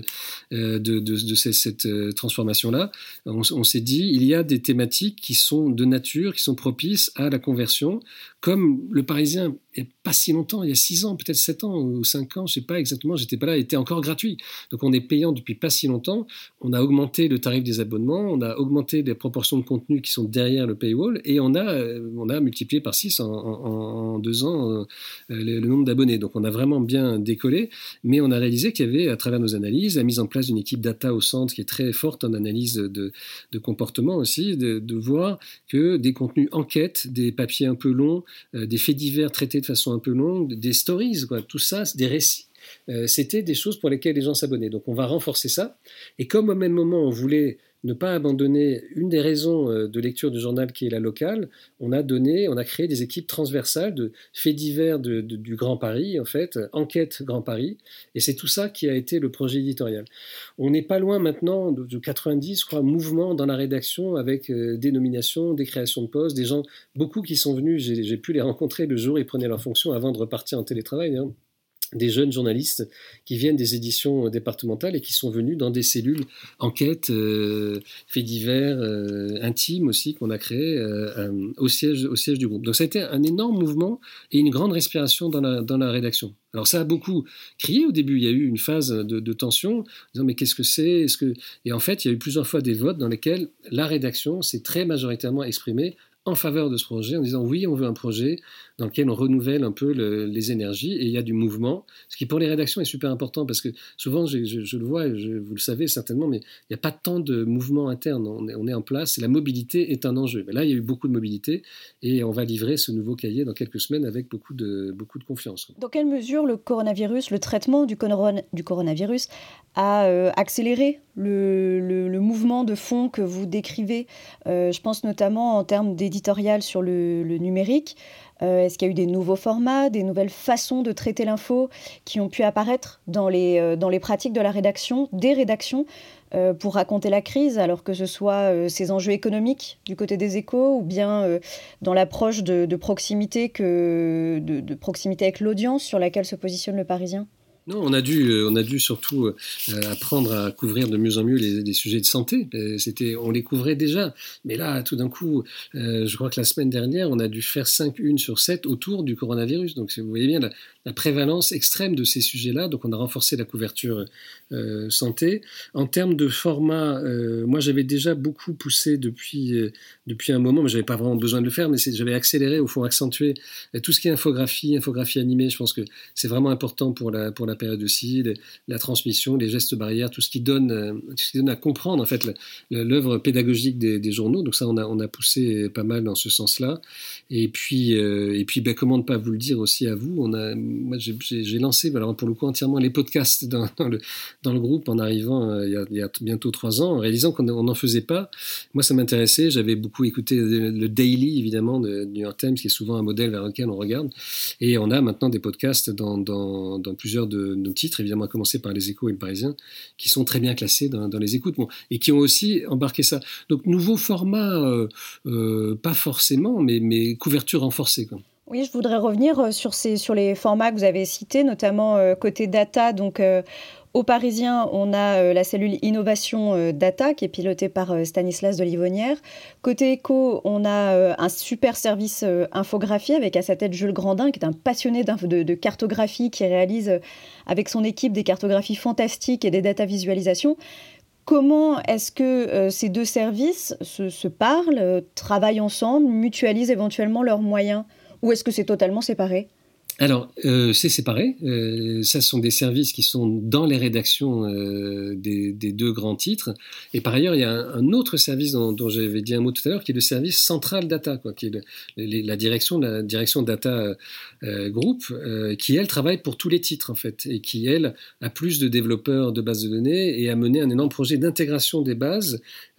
cette transformation-là. On s'est dit, il y a des thématiques qui sont de nature, qui sont propices à la conversion, comme Le Parisien, il n'y a pas si longtemps, il y a 6 ans, peut-être 7 ans ou 5 ans, je ne sais pas exactement, j'étais pas là, était encore gratuit. Donc on est payant depuis pas si longtemps, on a augmenté le tarif des abonnements, on a augmenté les proportions de contenu qui sont derrière le paywall, et on a multiplié par 6 en 2 ans le nombre d'abonnés. Donc on a vraiment bien décollé, mais on a réalisé qu'il y avait, à travers nos analyses, la mise en place d'une équipe data au centre qui est très forte en analyse de comportement aussi, de voir que des contenus enquêtes, des papiers un peu longs, des faits divers traités de façon un peu longue, des stories, quoi, tout ça, des récits. C'était des choses pour lesquelles les gens s'abonnaient. Donc on va renforcer ça. Et comme au même moment, on voulait ne pas abandonner une des raisons de lecture du journal qui est la locale. On a créé des équipes transversales de faits divers du Grand Paris, en fait, enquête Grand Paris, et c'est tout ça qui a été le projet éditorial. On n'est pas loin maintenant de 90, je crois, mouvements dans la rédaction avec des nominations, des créations de postes, des gens, beaucoup qui sont venus, j'ai pu les rencontrer le jour où ils prenaient leur fonction avant de repartir en télétravail, hein. Des jeunes journalistes qui viennent des éditions départementales et qui sont venus dans des cellules enquêtes, faits divers, intimes aussi, qu'on a créées au siège du groupe. Donc ça a été un énorme mouvement et une grande respiration dans la rédaction. Alors ça a beaucoup crié au début, il y a eu une phase de tension, en disant mais qu'est-ce que c'est, Et en fait, il y a eu plusieurs fois des votes dans lesquels la rédaction s'est très majoritairement exprimée en faveur de ce projet, en disant oui, on veut un projet dans lequel on renouvelle un peu les énergies, et il y a du mouvement, ce qui pour les rédactions est super important, parce que souvent, je le vois, vous le savez certainement, mais il n'y a pas tant de mouvement interne, on est en place, et la mobilité est un enjeu. Mais là, il y a eu beaucoup de mobilité, et on va livrer ce nouveau cahier dans quelques semaines avec beaucoup de confiance. Dans quelle mesure le traitement du coronavirus a accéléré le mouvement de fond que vous décrivez? Je pense notamment en termes d'éditorial sur le numérique. Est-ce qu'il y a eu des nouveaux formats, des nouvelles façons de traiter l'info qui ont pu apparaître dans les pratiques de la rédaction, des rédactions, pour raconter la crise, alors que ce soit ces enjeux économiques du côté des Échos ou bien dans l'approche de proximité, de proximité avec l'audience sur laquelle se positionne le Parisien? Non, on a dû surtout apprendre à couvrir de mieux en mieux les sujets de santé. On les couvrait déjà, mais là, tout d'un coup, je crois que la semaine dernière, on a dû faire 5 unes sur 7 autour du coronavirus. Donc, vous voyez bien la prévalence extrême de ces sujets-là. Donc, on a renforcé la couverture santé. En termes de format, moi, j'avais déjà beaucoup poussé depuis un moment, mais j'avais pas vraiment besoin de le faire, mais j'avais accéléré, au fond, accentué tout ce qui est infographie animée. Je pense que c'est vraiment important pour la période aussi, la transmission, les gestes barrières, tout ce qui donne à comprendre en fait l'œuvre pédagogique des journaux. Donc ça, on a poussé pas mal dans ce sens-là. Et puis comment ne pas vous le dire aussi à vous, moi j'ai lancé, alors pour le coup entièrement les podcasts dans le groupe en arrivant il y a bientôt 3 ans, en réalisant qu'on n'en faisait pas. Moi ça m'intéressait, j'avais beaucoup écouté le Daily évidemment de New York Times, qui est souvent un modèle vers lequel on regarde. Et on a maintenant des podcasts dans plusieurs de nos titres, évidemment à commencer par les Échos et le Parisien, qui sont très bien classés dans les écoutes, et qui ont aussi embarqué ça. Donc nouveau format, pas forcément, mais couverture renforcée, quoi. Oui, je voudrais revenir sur les formats que vous avez cités, notamment côté data. Donc au Parisien, on a la cellule Innovation Data qui est pilotée par Stanislas de Livonnière. Côté Écho, on a un super service infographie avec à sa tête Jules Grandin, qui est un passionné de cartographie, qui réalise avec son équipe des cartographies fantastiques et des data visualisations. Comment est-ce que ces deux services se parlent, travaillent ensemble, mutualisent éventuellement leurs moyens, ou est-ce que c'est totalement séparé ? Alors, c'est séparé. Ça sont des services qui sont dans les rédactions des 2 grands titres. Et par ailleurs, il y a un autre service dont j'avais dit un mot tout à l'heure, qui est le service Central Data, qui est la direction Data Group, qui, elle, travaille pour tous les titres, en fait, et qui, elle, a plus de développeurs de bases de données et a mené un énorme projet d'intégration des bases,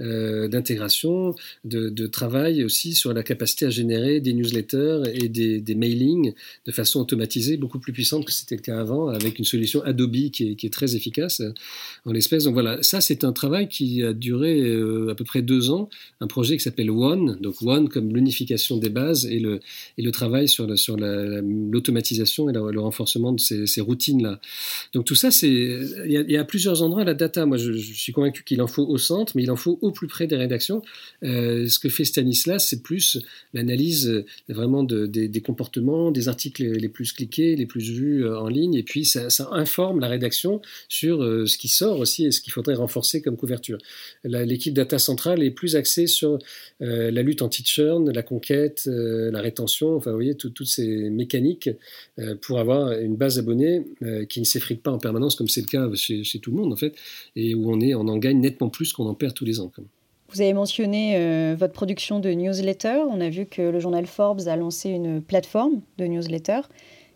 de travail aussi sur la capacité à générer des newsletters et des mailings de façon automatisée, beaucoup plus puissante que c'était le cas avant, avec une solution Adobe qui est très efficace en l'espèce. Donc voilà, ça c'est un travail qui a duré à peu près 2 ans, un projet qui s'appelle One, donc One comme l'unification des bases et le travail sur l'automatisation et le renforcement de ces routines-là. Donc tout ça, il y a plusieurs endroits la data. Moi, je suis convaincu qu'il en faut au centre, mais il en faut au plus près des rédactions. Ce que fait Stanislas, c'est plus l'analyse vraiment des comportements, des articles les plus cliqués, les plus vus en ligne, et puis ça informe la rédaction sur ce qui sort aussi et ce qu'il faudrait renforcer comme couverture. L'équipe data centrale est plus axée sur la lutte anti-churn, la conquête, la rétention, enfin vous voyez, toutes ces mécaniques pour avoir une base d'abonnés qui ne s'effrite pas en permanence comme c'est le cas chez tout le monde en fait, et où on en gagne nettement plus qu'on en perd tous les ans. Vous avez mentionné votre production de newsletter. On a vu que le journal Forbes a lancé une plateforme de newsletter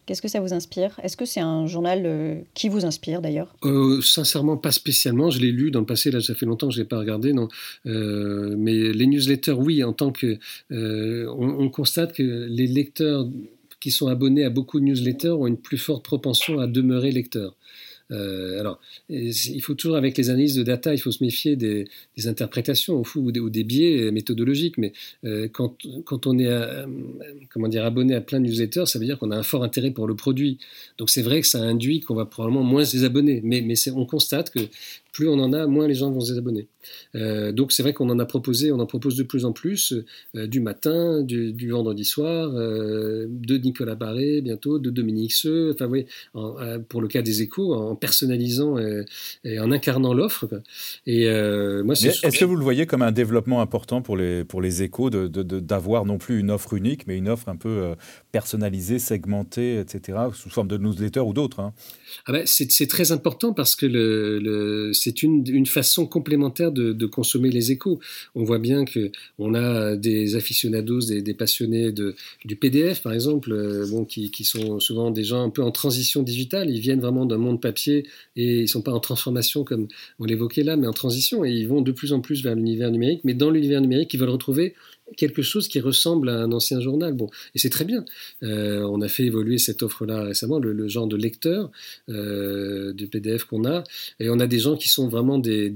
Qu'est-ce que ça vous inspire ? Est-ce que c'est un journal qui vous inspire d'ailleurs ? Sincèrement, pas spécialement. Je l'ai lu dans le passé, là ça fait longtemps que je ne l'ai pas regardé. Non. Mais les newsletters, oui, en tant que... on constate que les lecteurs qui sont abonnés à beaucoup de newsletters ont une plus forte propension à demeurer lecteurs. Alors, il faut toujours, avec les analyses de data, il faut se méfier des interprétations ou des biais méthodologiques. Mais quand on est abonné à plein de newsletters, ça veut dire qu'on a un fort intérêt pour le produit. Donc c'est vrai que ça induit qu'on va probablement moins se désabonner. Mais on constate que plus on en a, moins les gens vont se désabonner. Donc c'est vrai qu'on en propose de plus en plus, du matin, du vendredi soir, de Nicolas Barré bientôt, de Dominique Seux, enfin oui, pour le cas des Échos, en personnalisant et en incarnant l'offre. Et moi, est-ce que vous le voyez comme un développement important pour les Échos d'avoir non plus une offre unique, mais une offre un peu personnalisée, segmentée, etc., sous forme de newsletter ou d'autres, hein ? C'est très important parce que c'est une façon complémentaire de consommer les Échos. On voit bien qu'on a des aficionados, des passionnés du PDF, par exemple, qui sont souvent des gens un peu en transition digitale. Ils viennent vraiment d'un monde papier et ils ne sont pas en transformation comme on l'évoquait là, mais en transition. Et ils vont de plus en plus vers l'univers numérique. Mais dans l'univers numérique, ils veulent retrouver quelque chose qui ressemble à un ancien journal. Et c'est très bien. On a fait évoluer cette offre-là récemment, le genre de lecteur du PDF qu'on a. Et on a des gens qui sont vraiment des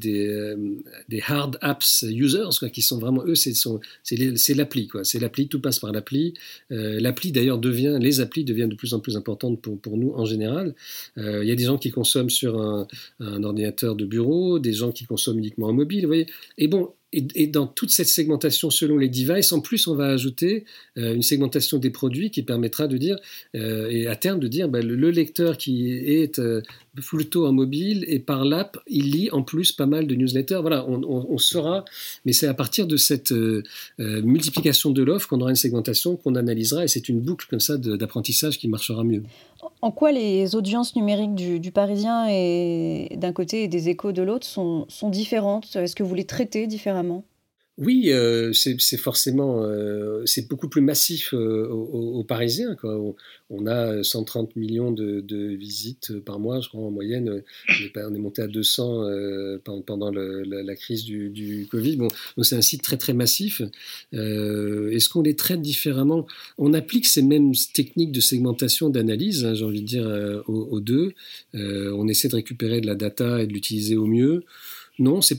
hard apps users, quoi, qui sont vraiment, eux, c'est l'appli, quoi. C'est l'appli, tout passe par l'appli. L'appli, d'ailleurs, les applis deviennent de plus en plus importantes pour nous en général. Il y a des gens qui consomment sur un ordinateur de bureau, des gens qui consomment uniquement en mobile, vous voyez. Et dans toute cette segmentation selon les devices, en plus, on va ajouter une segmentation des produits qui permettra de dire, et à terme de dire, le lecteur qui est plutôt en mobile et par l'app, il lit en plus pas mal de newsletters. Voilà, on saura, mais c'est à partir de cette multiplication de l'offre qu'on aura une segmentation qu'on analysera, et c'est une boucle comme ça d'apprentissage qui marchera mieux. En quoi les audiences numériques du Parisien et d'un côté et des Échos de l'autre sont différentes ? Est-ce que vous les traitez différemment ? Oui, c'est forcément, c'est beaucoup plus massif aux Parisiens, quoi. On a 130 millions de visites par mois, je crois, en moyenne. On est monté à 200 pendant la crise du Covid. Donc c'est un site très, très massif. Est-ce qu'on les traite différemment ? On applique ces mêmes techniques de segmentation, d'analyse, hein, j'ai envie de dire, aux deux. On essaie de récupérer de la data et de l'utiliser au mieux. Non, c'est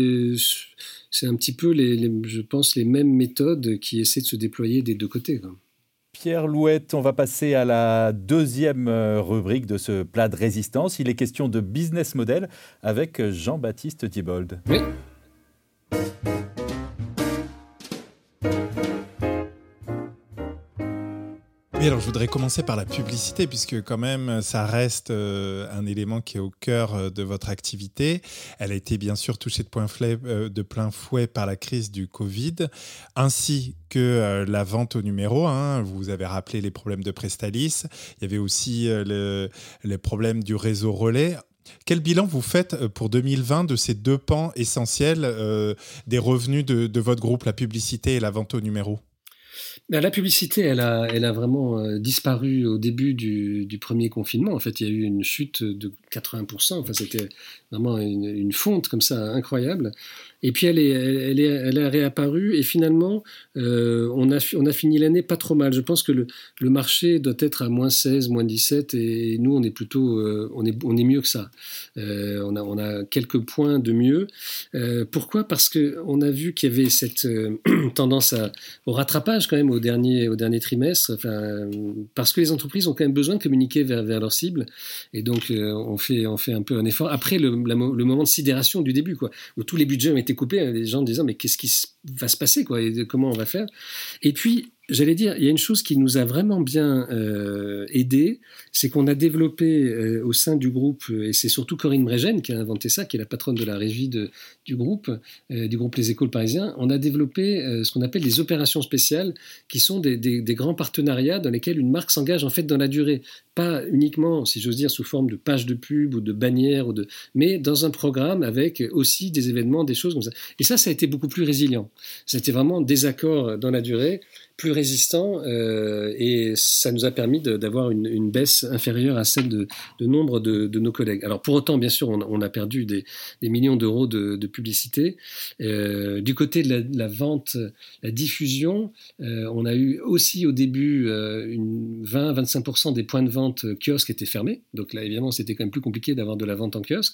un petit peu, je pense, les mêmes méthodes qui essaient de se déployer des deux côtés, quoi. Pierre Louette, on va passer à la deuxième rubrique de ce plat de résistance. Il est question de business model avec Jean-Baptiste Diebold. Oui. Oui, alors je voudrais commencer par la publicité, puisque quand même, ça reste un élément qui est au cœur de votre activité. Elle a été bien sûr touchée de plein fouet par la crise du Covid, ainsi que la vente au numéro. Vous avez rappelé les problèmes de Prestalis. Il y avait aussi les problèmes du réseau relais. Quel bilan vous faites pour 2020 de ces deux pans essentiels des revenus de votre groupe, la publicité et la vente au numéro ? La publicité, elle a vraiment disparu au début du premier confinement. En fait, il y a eu une chute de 80%. Enfin, c'était vraiment une fonte comme ça incroyable. Et puis elle a réapparu et finalement on a fini l'année pas trop mal. Je pense que le marché doit être à -16, -17 et nous on est plutôt on est mieux que ça. On a quelques points de mieux. Pourquoi ? Parce que on a vu qu'il y avait cette tendance au rattrapage quand même au dernier trimestre. Enfin, parce que les entreprises ont quand même besoin de communiquer vers leur cible et donc on fait un peu un effort. Après le moment de sidération du début, quoi, où tous les budgets ont été coupés, les gens disant mais qu'est-ce qui va se passer, quoi, et comment on va faire. Et puis j'allais dire, il y a une chose qui nous a vraiment bien aidé, c'est qu'on a développé au sein du groupe, et c'est surtout Corinne Brégène qui a inventé ça, qui est la patronne de la régie du groupe Les Échos Parisiens. On a développé ce qu'on appelle des opérations spéciales, qui sont des grands partenariats dans lesquels une marque s'engage en fait dans la durée. pas uniquement, si j'ose dire, sous forme de pages de pub ou de bannières, mais dans un programme avec aussi des événements, des choses comme ça. Et ça a été beaucoup plus résilient. C'était vraiment des accords dans la durée, plus résistants, et ça nous a permis d'avoir une baisse inférieure à celle de nombre de nos collègues. Alors pour autant, bien sûr, on a perdu des millions d'euros de publicité. Du côté de la vente, la diffusion, on a eu aussi au début 20-25% des points de vente kiosques étaient fermés. Donc là, évidemment, c'était quand même plus compliqué d'avoir de la vente en kiosque.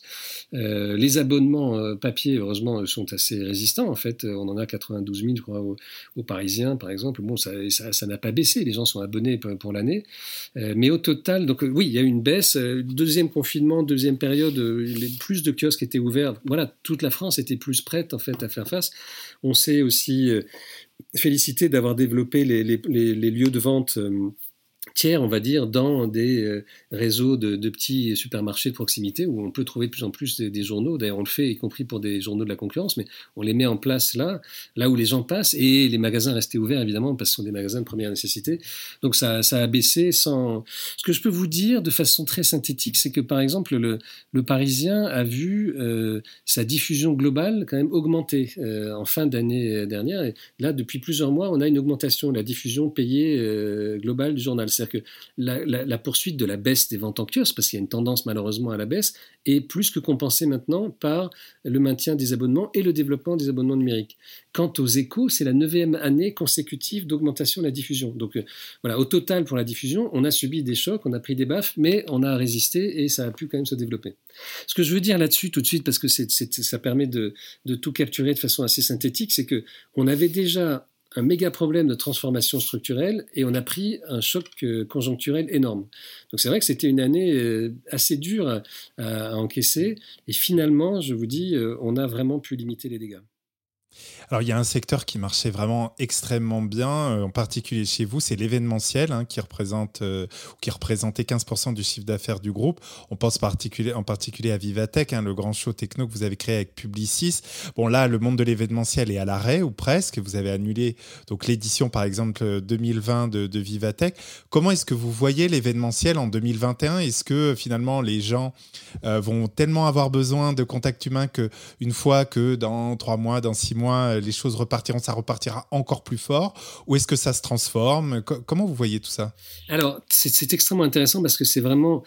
Les abonnements papier, heureusement, sont assez résistants. En fait, on en a 92 000, je crois, aux Parisiens, par exemple. Bon, ça n'a pas baissé. Les gens sont abonnés pour l'année. Mais au total, donc oui, il y a eu une baisse. Deuxième confinement, deuxième période, plus de kiosques étaient ouverts. Voilà, toute la France était plus prête, en fait, à faire face. On s'est aussi félicité d'avoir développé les lieux de vente tiers, on va dire, dans des réseaux de petits supermarchés de proximité où on peut trouver de plus en plus des journaux. D'ailleurs, on le fait, y compris pour des journaux de la concurrence, mais on les met en place là où les gens passent, et les magasins restaient ouverts, évidemment, parce que ce sont des magasins de première nécessité. Donc ça a baissé sans... Ce que je peux vous dire de façon très synthétique, c'est que, par exemple, le Parisien a vu sa diffusion globale quand même augmenter en fin d'année dernière. Et là, depuis plusieurs mois, on a une augmentation de la diffusion payée globale du journal. C'est-à-dire que la poursuite de la baisse des ventes en kiosque, parce qu'il y a une tendance malheureusement à la baisse, est plus que compensée maintenant par le maintien des abonnements et le développement des abonnements numériques. Quant aux échos, c'est la 9e année consécutive d'augmentation de la diffusion. Donc voilà, au total pour la diffusion, on a subi des chocs, on a pris des baffes, mais on a résisté et ça a pu quand même se développer. Ce que je veux dire là-dessus tout de suite, parce que ça permet de tout capturer de façon assez synthétique, c'est qu'on avait déjà un méga problème de transformation structurelle et on a pris un choc conjoncturel énorme. Donc c'est vrai que c'était une année assez dure à encaisser et finalement, je vous dis, on a vraiment pu limiter les dégâts. Alors, il y a un secteur qui marchait vraiment extrêmement bien, en particulier chez vous, c'est l'événementiel, qui représentait 15% du chiffre d'affaires du groupe. On pense en particulier à Vivatech, le grand show techno que vous avez créé avec Publicis. Bon, là, le monde de l'événementiel est à l'arrêt, ou presque. Vous avez annulé donc, l'édition, par exemple, 2020 de Vivatech. Comment est-ce que vous voyez l'événementiel en 2021 ? Est-ce que, finalement, les gens vont tellement avoir besoin de contact humain qu'une fois que dans 3 mois, dans 6 mois, les choses ça repartira encore plus fort, ou est-ce que ça se transforme ? Comment vous voyez tout ça ? Alors, c'est extrêmement intéressant parce que c'est vraiment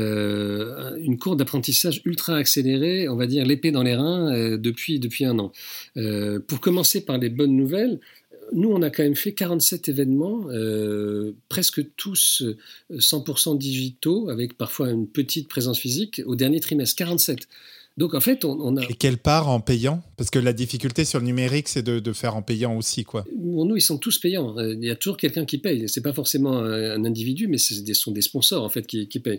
une courbe d'apprentissage ultra accélérée, on va dire l'épée dans les reins depuis 1 an. Pour commencer par les bonnes nouvelles, nous, on a quand même fait 47 événements, presque tous 100% digitaux, avec parfois une petite présence physique, au dernier trimestre, 47. Donc en fait, on a... Et quelle part en payant ? Parce que la difficulté sur le numérique, c'est de faire en payant aussi, quoi. Pour nous, ils sont tous payants. Il y a toujours quelqu'un qui paye. C'est pas forcément un individu, mais ce sont des sponsors en fait qui payent.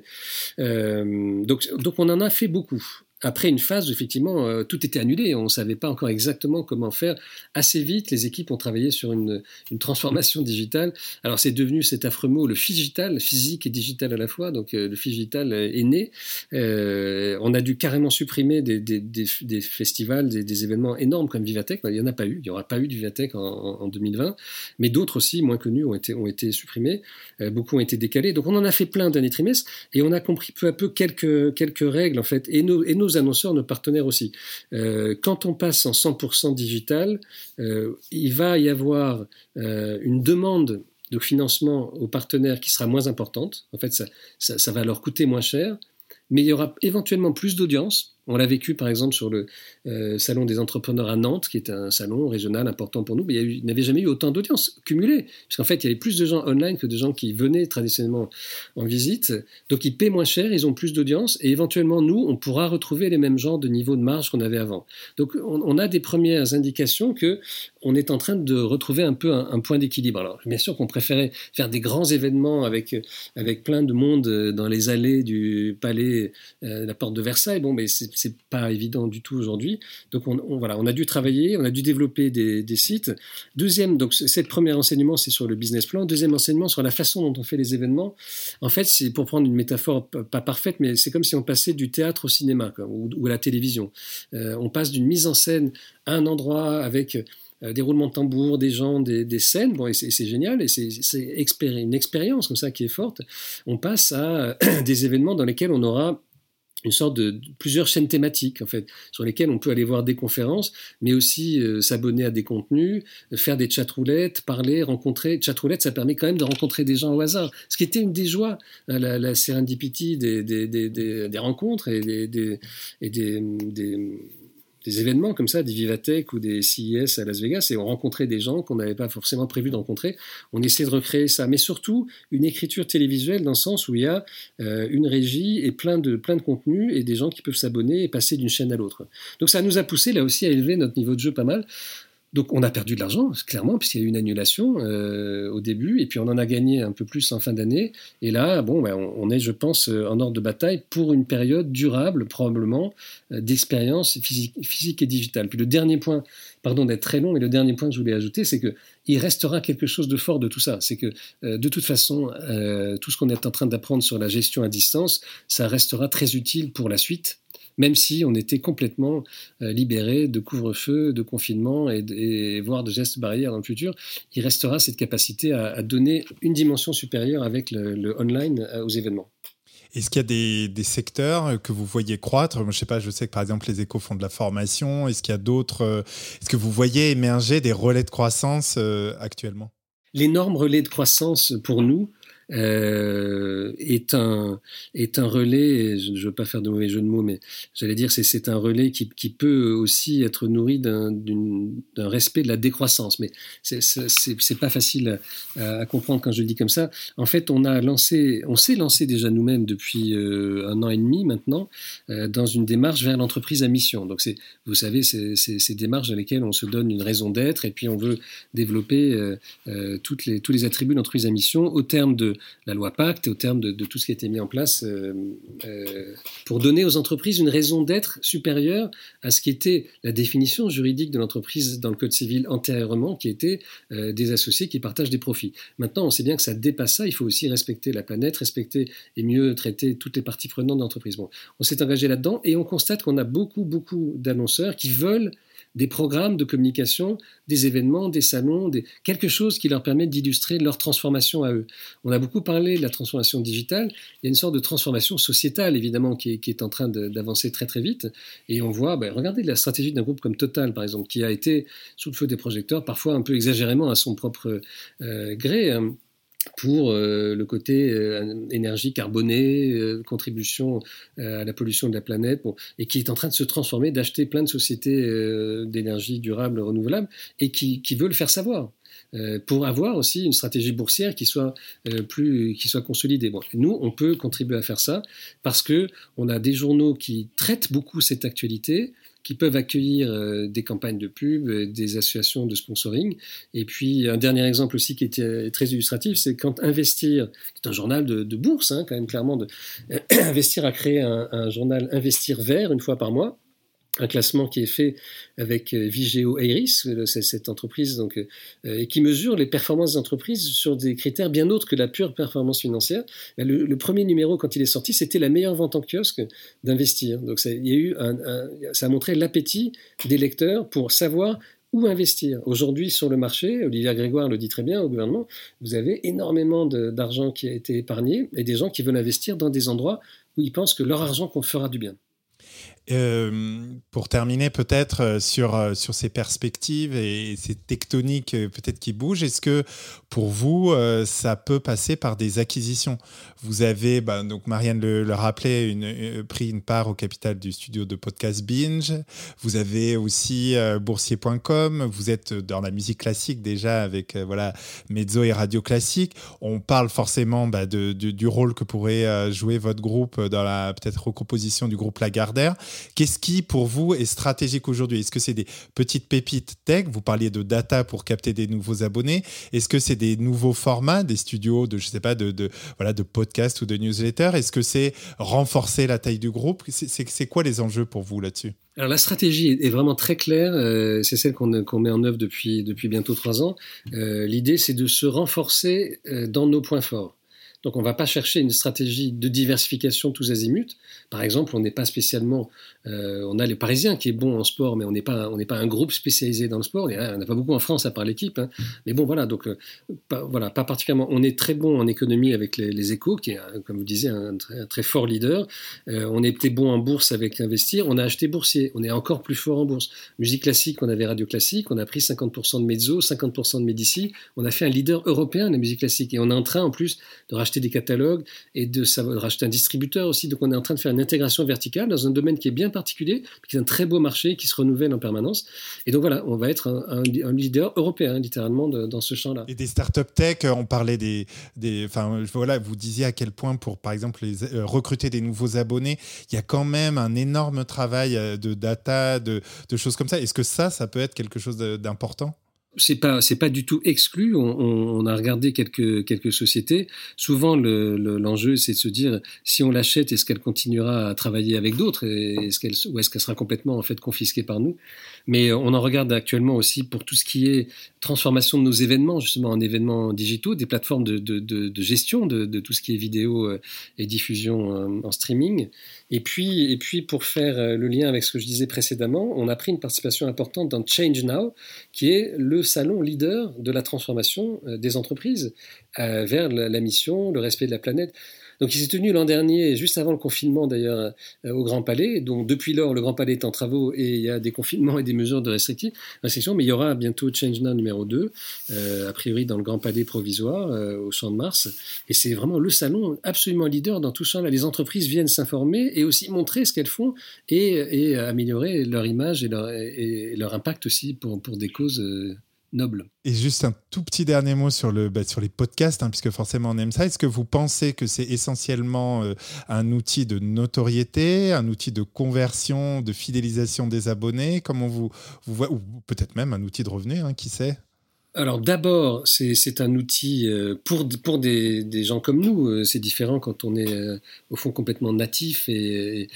Donc on en a fait beaucoup. Après une phase où effectivement tout était annulé, on ne savait pas encore exactement comment faire. Assez vite, les équipes ont travaillé sur une transformation digitale. Alors c'est devenu cet affreux mot, le figital, physique et digital à la fois. Donc le figital est né. On a dû carrément supprimer des festivals, des événements énormes comme Vivatech. Il n'y en a pas eu. Il n'y aura pas eu de Vivatech en 2020. Mais d'autres aussi, moins connus, ont été supprimés. Beaucoup ont été décalés. Donc on en a fait plein dernier trimestre et on a compris peu à peu quelques règles en fait. Et nos annonceurs, nos partenaires aussi. Quand on passe en 100% digital, il va y avoir une demande de financement aux partenaires qui sera moins importante. En fait, ça va leur coûter moins cher, mais il y aura éventuellement plus d'audience. On l'a vécu par exemple sur le salon des entrepreneurs à Nantes, qui est un salon régional important pour nous, mais il n'avait jamais eu autant d'audience cumulée, puisqu'en fait il y avait plus de gens online que de gens qui venaient traditionnellement en visite, donc ils paient moins cher, ils ont plus d'audience, et éventuellement nous, on pourra retrouver les mêmes genres de niveau de marge qu'on avait avant. Donc on a des premières indications qu'on est en train de retrouver un peu un point d'équilibre. Alors bien sûr qu'on préférait faire des grands événements avec plein de monde dans les allées du palais, la porte de Versailles, bon, mais c'est pas évident du tout aujourd'hui. Donc on a dû travailler, on a dû développer des sites. Deuxième, donc cette première enseignement, c'est sur le business plan. Deuxième enseignement, sur la façon dont on fait les événements. En fait, c'est pour prendre une métaphore pas parfaite, mais c'est comme si on passait du théâtre au cinéma ou à la télévision. On passe d'une mise en scène à un endroit avec des roulements de tambour, des gens, des scènes, bon, et c'est génial, et c'est une expérience comme ça qui est forte. On passe à des événements dans lesquels on aura une sorte de plusieurs chaînes thématiques, en fait, sur lesquelles on peut aller voir des conférences, mais aussi s'abonner à des contenus, faire des chat-roulettes, parler, rencontrer. Chat-roulette, ça permet quand même de rencontrer des gens au hasard. Ce qui était une des joies, la serendipity des rencontres et des événements comme ça, des Vivatech ou des CES à Las Vegas, et on rencontrait des gens qu'on n'avait pas forcément prévu de rencontrer. On essaie de recréer ça, mais surtout une écriture télévisuelle dans le sens où il y a une régie et plein de contenus et des gens qui peuvent s'abonner et passer d'une chaîne à l'autre. Donc ça nous a poussé là aussi à élever notre niveau de jeu pas mal. Donc on a perdu de l'argent, clairement, puisqu'il y a eu une annulation au début, et puis on en a gagné un peu plus en fin d'année. Et là, on est, je pense, en ordre de bataille pour une période durable, probablement, d'expérience physique et digitale. Puis le dernier point, pardon d'être très long, mais le dernier point que je voulais ajouter, c'est qu'il restera quelque chose de fort de tout ça. C'est que, de toute façon, tout ce qu'on est en train d'apprendre sur la gestion à distance, ça restera très utile pour la suite, même si on était complètement libéré de couvre-feu, de confinement et voire de gestes barrières dans le futur, il restera cette capacité à donner une dimension supérieure avec le online aux événements. Est-ce qu'il y a des secteurs que vous voyez croître ? Je sais pas, je sais que par exemple les échos font de la formation. Est-ce qu'il y a d'autres est-ce que vous voyez émerger des relais de croissance actuellement ? L'énorme relais de croissance pour nous, est un relais, je ne veux pas faire de mauvais jeu de mots, mais j'allais dire c'est un relais qui peut aussi être nourri d'un respect de la décroissance, mais c'est pas facile à comprendre quand je le dis comme ça. En fait, on s'est lancé déjà nous-mêmes depuis 1 an et demi maintenant dans une démarche vers l'entreprise à mission. Donc vous savez, ces démarches dans lesquelles on se donne une raison d'être et puis on veut développer tous les attributs d'entreprise à mission au terme de la loi Pacte et au terme de tout ce qui a été mis en place pour donner aux entreprises une raison d'être supérieure à ce qui était la définition juridique de l'entreprise dans le Code civil antérieurement, qui était des associés qui partagent des profits. Maintenant, on sait bien que ça dépasse ça, il faut aussi respecter la planète, respecter et mieux traiter toutes les parties prenantes de l'entreprise. Bon, on s'est engagé là-dedans et on constate qu'on a beaucoup d'annonceurs qui veulent des programmes de communication, des événements, des salons, quelque chose qui leur permet d'illustrer leur transformation à eux. On a beaucoup parlé de la transformation digitale, il y a une sorte de transformation sociétale évidemment qui est en train d'avancer très très vite, et on voit, regardez la stratégie d'un groupe comme Total par exemple, qui a été sous le feu des projecteurs, parfois un peu exagérément à son propre gré, pour le côté énergie carbonée, contribution à la pollution de la planète, et qui est en train de se transformer, d'acheter plein de sociétés d'énergie durable, renouvelable, et qui veut le faire savoir. Pour avoir aussi une stratégie boursière qui soit consolidée. Bon, nous, on peut contribuer à faire ça parce qu'on a des journaux qui traitent beaucoup cette actualité, qui peuvent accueillir des campagnes de pub, des associations de sponsoring. Et puis, un dernier exemple aussi qui est très illustratif, c'est quand Investir, qui est un journal de bourse, quand même clairement, Investir a créé un journal Investir Vert une fois par mois, un classement qui est fait avec Vigeo Eiris, cette entreprise et qui mesure les performances des entreprises sur des critères bien autres que la pure performance financière. Le premier numéro, quand il est sorti, c'était la meilleure vente en kiosque d'Investir. Donc ça a montré l'appétit des lecteurs pour savoir où investir. Aujourd'hui, sur le marché, Olivia Grégoire le dit très bien au gouvernement, vous avez énormément d'argent qui a été épargné et des gens qui veulent investir dans des endroits où ils pensent que leur argent fera du bien. Pour terminer peut-être sur ces perspectives et ces tectoniques peut-être qui bougent, est-ce que pour vous ça peut passer par des acquisitions ? Vous avez, donc Marianne le rappelait, pris une part au capital du studio de podcast Binge. Vous avez aussi boursier.com. Vous êtes dans la musique classique déjà avec Mezzo et Radio Classique. On parle forcément du rôle que pourrait jouer votre groupe dans la peut-être recomposition du groupe Lagardère. Qu'est-ce qui, pour vous, est stratégique aujourd'hui ? Est-ce que c'est des petites pépites tech ? Vous parliez de data pour capter des nouveaux abonnés. Est-ce que c'est des nouveaux formats, des studios de podcast ou de newsletter ? Est-ce que c'est renforcer la taille du groupe ? C'est quoi les enjeux pour vous là-dessus ? Alors la stratégie est vraiment très claire, c'est celle qu'on met en œuvre depuis bientôt 3 ans. L'idée, c'est de se renforcer dans nos points forts. Donc on ne va pas chercher une stratégie de diversification tous azimuts, Par exemple, on n'est pas spécialement... on a les Parisiens qui est bon en sport, mais on n'est pas un groupe spécialisé dans le sport. On n'a pas beaucoup en France à part l'équipe. Hein. Mais bon, voilà, donc pas particulièrement. On est très bon en économie avec les Échos, qui est, comme vous disiez, un très fort leader. On était bon en bourse avec Investir. On a acheté Boursier. On est encore plus fort en bourse. Musique classique, on avait Radio Classique. On a pris 50% de Mezzo, 50% de Médicis. On a fait un leader européen de la musique classique. Et on est en train, en plus, de racheter des catalogues et de racheter un distributeur aussi. Donc, on est en train de faire une intégration verticale dans un domaine qui est bien particulier, qui est un très beau marché, qui se renouvelle en permanence. Et donc, voilà, on va être un leader européen, littéralement, dans ce champ-là. Et des startups tech, on parlait voilà, vous disiez à quel point, pour, par exemple, recruter des nouveaux abonnés, il y a quand même un énorme travail de data, de choses comme ça. Est-ce que ça peut être quelque chose d'important ? C'est pas du tout exclu. On a regardé quelques sociétés. Souvent, l'enjeu, c'est de se dire, si on l'achète, est-ce qu'elle continuera à travailler avec d'autres, ou est-ce qu'elle sera complètement en fait confisquée par nous? Mais on en regarde actuellement aussi pour tout ce qui est transformation de nos événements, justement en événements digitaux, des plateformes de gestion de tout ce qui est vidéo et diffusion en streaming. Et puis pour faire le lien avec ce que je disais précédemment, on a pris une participation importante dans Change Now, qui est le salon leader de la transformation des entreprises vers la mission, le respect de la planète. Donc il s'est tenu l'an dernier, juste avant le confinement d'ailleurs, au Grand Palais. Donc depuis lors, le Grand Palais est en travaux et il y a des confinements et des mesures de restriction. Mais il y aura bientôt Change Now numéro 2, a priori dans le Grand Palais provisoire, au Champ de Mars. Et c'est vraiment le salon absolument leader dans tout ça. Là, les entreprises viennent s'informer et aussi montrer ce qu'elles font et améliorer leur image et leur impact aussi pour des causes nobles. Et juste un tout petit dernier mot sur les podcasts, puisque forcément on aime ça. Est-ce que vous pensez que c'est essentiellement un outil de notoriété, un outil de conversion, de fidélisation des abonnés? Comment vous voyez, ou peut-être même un outil de revenu, qui sait? Alors d'abord, c'est un outil pour des gens comme nous. C'est différent quand on est au fond complètement natif et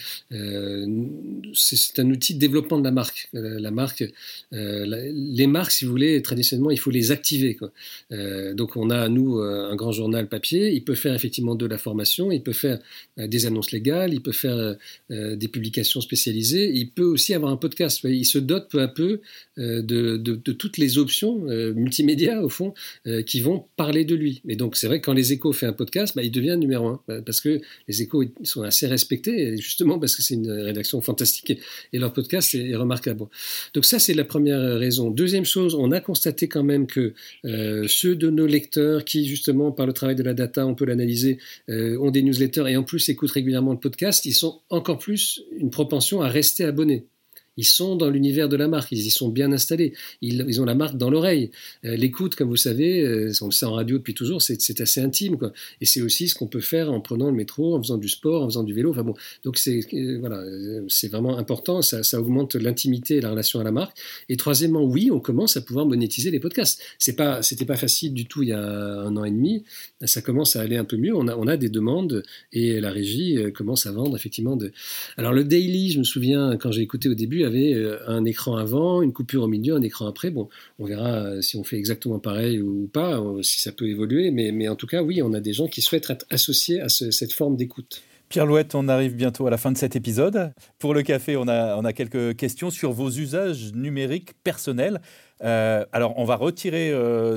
c'est un outil de développement de la marque. La marque, les marques, si vous voulez, traditionnellement, il faut les activer, quoi. Donc on a, nous, un grand journal papier. Il peut faire effectivement de la formation, il peut faire des annonces légales, il peut faire des publications spécialisées. Il peut aussi avoir un podcast. Il se dote peu à peu de toutes les options multimédia, au fond, qui vont parler de lui. Mais donc, c'est vrai que quand Les Échos fait un podcast, il devient numéro 1, parce que Les Échos ils sont assez respectés, justement parce que c'est une rédaction fantastique, et leur podcast est remarquable. Donc ça, c'est la première raison. Deuxième chose, on a constaté quand même que ceux de nos lecteurs qui, justement, par le travail de la data, on peut l'analyser, ont des newsletters et en plus écoutent régulièrement le podcast, ils sont encore plus une propension à rester abonnés. Ils sont dans l'univers de la marque, ils y sont bien installés, ils ont la marque dans l'oreille. L'écoute, comme vous savez, on le sait en radio depuis toujours, c'est assez intime, quoi. Et c'est aussi ce qu'on peut faire en prenant le métro, en faisant du sport, en faisant du vélo. Enfin bon, donc c'est vraiment important, ça augmente l'intimité et la relation à la marque. Et troisièmement, oui, on commence à pouvoir monétiser les podcasts. C'était pas facile du tout il y a 1 an et demi. Ça commence à aller un peu mieux. On a des demandes et la régie commence à vendre effectivement. Alors le Daily, je me souviens quand j'ai écouté au début, avait un écran avant, une coupure au milieu, un écran après. Bon, on verra si on fait exactement pareil ou pas, si ça peut évoluer. Mais en tout cas, oui, on a des gens qui souhaitent être associés à cette forme d'écoute. Pierre Louette, on arrive bientôt à la fin de cet épisode. Pour le café, on a quelques questions sur vos usages numériques personnels. Alors, on va retirer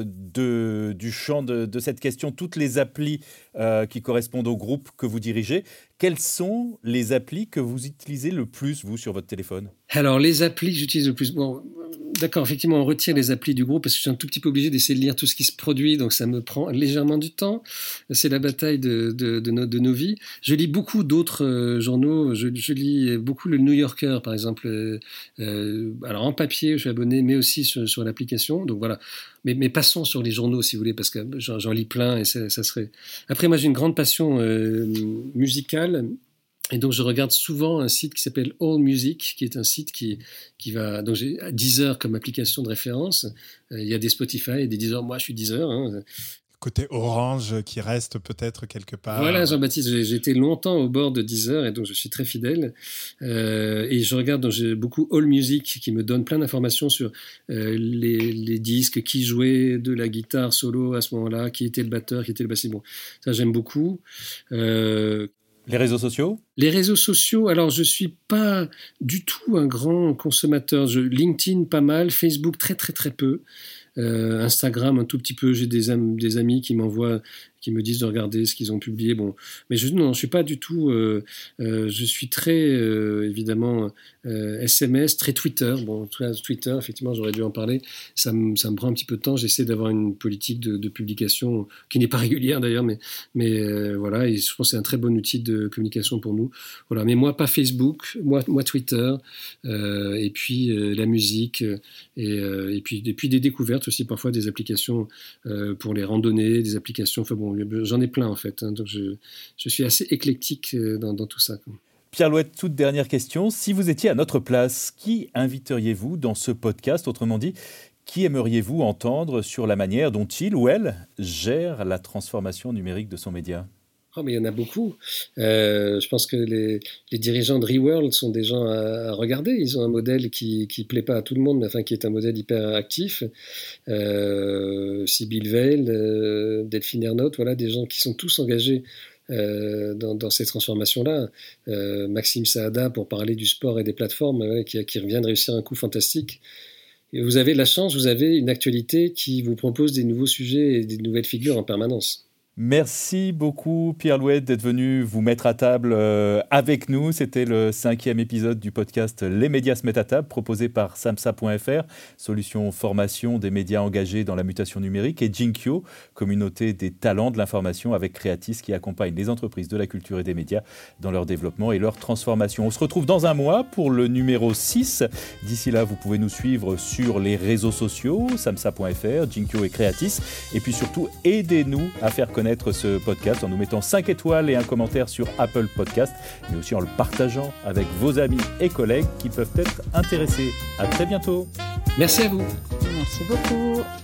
du champ de cette question toutes les applis qui correspondent au groupe que vous dirigez. Quelles sont les applis que vous utilisez le plus, vous, sur votre téléphone ? Alors, les applis que j'utilise le plus... Bon, d'accord, effectivement, on retire les applis du groupe parce que je suis un tout petit peu obligé d'essayer de lire tout ce qui se produit, donc ça me prend légèrement du temps. C'est la bataille de nos vies. Je lis beaucoup d'autres journaux. Je lis beaucoup le New Yorker, par exemple. Alors, en papier, je suis abonné, mais aussi sur l'application. Donc voilà. Mais passons sur les journaux, si vous voulez, parce que j'en lis plein et ça serait... Après, moi, j'ai une grande passion musicale. Et donc, je regarde souvent un site qui s'appelle All Music, qui est un site qui va... Donc, j'ai Deezer comme application de référence. Il y a des Spotify et des Deezer. Moi, je suis Deezer. Côté Orange qui reste peut-être quelque part. Voilà, Jean-Baptiste, j'ai été longtemps au bord de Deezer et donc je suis très fidèle. Et je regarde, donc j'ai beaucoup All Music qui me donne plein d'informations sur les disques, qui jouait de la guitare solo à ce moment-là, qui était le batteur, qui était le bassiste. Bon, ça j'aime beaucoup. Les réseaux sociaux ? Les réseaux sociaux, alors je ne suis pas du tout un grand consommateur. LinkedIn, pas mal. Facebook, très très très peu. Instagram, un tout petit peu. J'ai des amis qui m'envoient, qui me disent de regarder ce qu'ils ont publié. Bon, mais je ne suis pas du tout... je suis très, évidemment, SMS, très Twitter. Bon, Twitter, effectivement, j'aurais dû en parler. Ça me prend un petit peu de temps. J'essaie d'avoir une politique de publication qui n'est pas régulière d'ailleurs, mais voilà. Et je pense que c'est un très bon outil de communication pour nous. Voilà. Mais moi, pas Facebook. Moi Twitter. Et puis la musique. Et puis des découvertes aussi, parfois des applications pour les randonnées, des applications... Enfin bon, j'en ai plein en fait. Donc je suis assez éclectique dans tout ça. Pierre Louette, toute dernière question. Si vous étiez à notre place, qui inviteriez-vous dans ce podcast ? Autrement dit, qui aimeriez-vous entendre sur la manière dont il ou elle gère la transformation numérique de son média ? Oh, mais il y en a beaucoup. Je pense que les dirigeants de Reworld sont des gens à regarder. Ils ont un modèle qui plaît pas à tout le monde, mais enfin qui est un modèle hyper actif. Sybille Veil, Delphine Ernotte, voilà, des gens qui sont tous engagés dans ces transformations-là. Maxime Saada, pour parler du sport et des plateformes, qui vient de réussir un coup fantastique. Et vous avez de la chance, vous avez une actualité qui vous propose des nouveaux sujets et des nouvelles figures en permanence. Merci beaucoup Pierre Louette d'être venu vous mettre à table avec nous. C'était le 5e épisode du podcast Les médias se mettent à table, proposé par samsa.fr, solution formation des médias engagés dans la mutation numérique, et Jinkyo, communauté des talents de l'information avec Creatis qui accompagne les entreprises de la culture et des médias dans leur développement et leur transformation. On se retrouve dans un mois pour le numéro 6. D'ici là, vous pouvez nous suivre sur les réseaux sociaux, samsa.fr, Jinkyo et Creatis, et puis surtout, aidez-nous à faire connaître ce podcast en nous mettant 5 étoiles et un commentaire sur Apple Podcast, mais aussi en le partageant avec vos amis et collègues qui peuvent être intéressés. À très bientôt. Merci à vous. Merci beaucoup.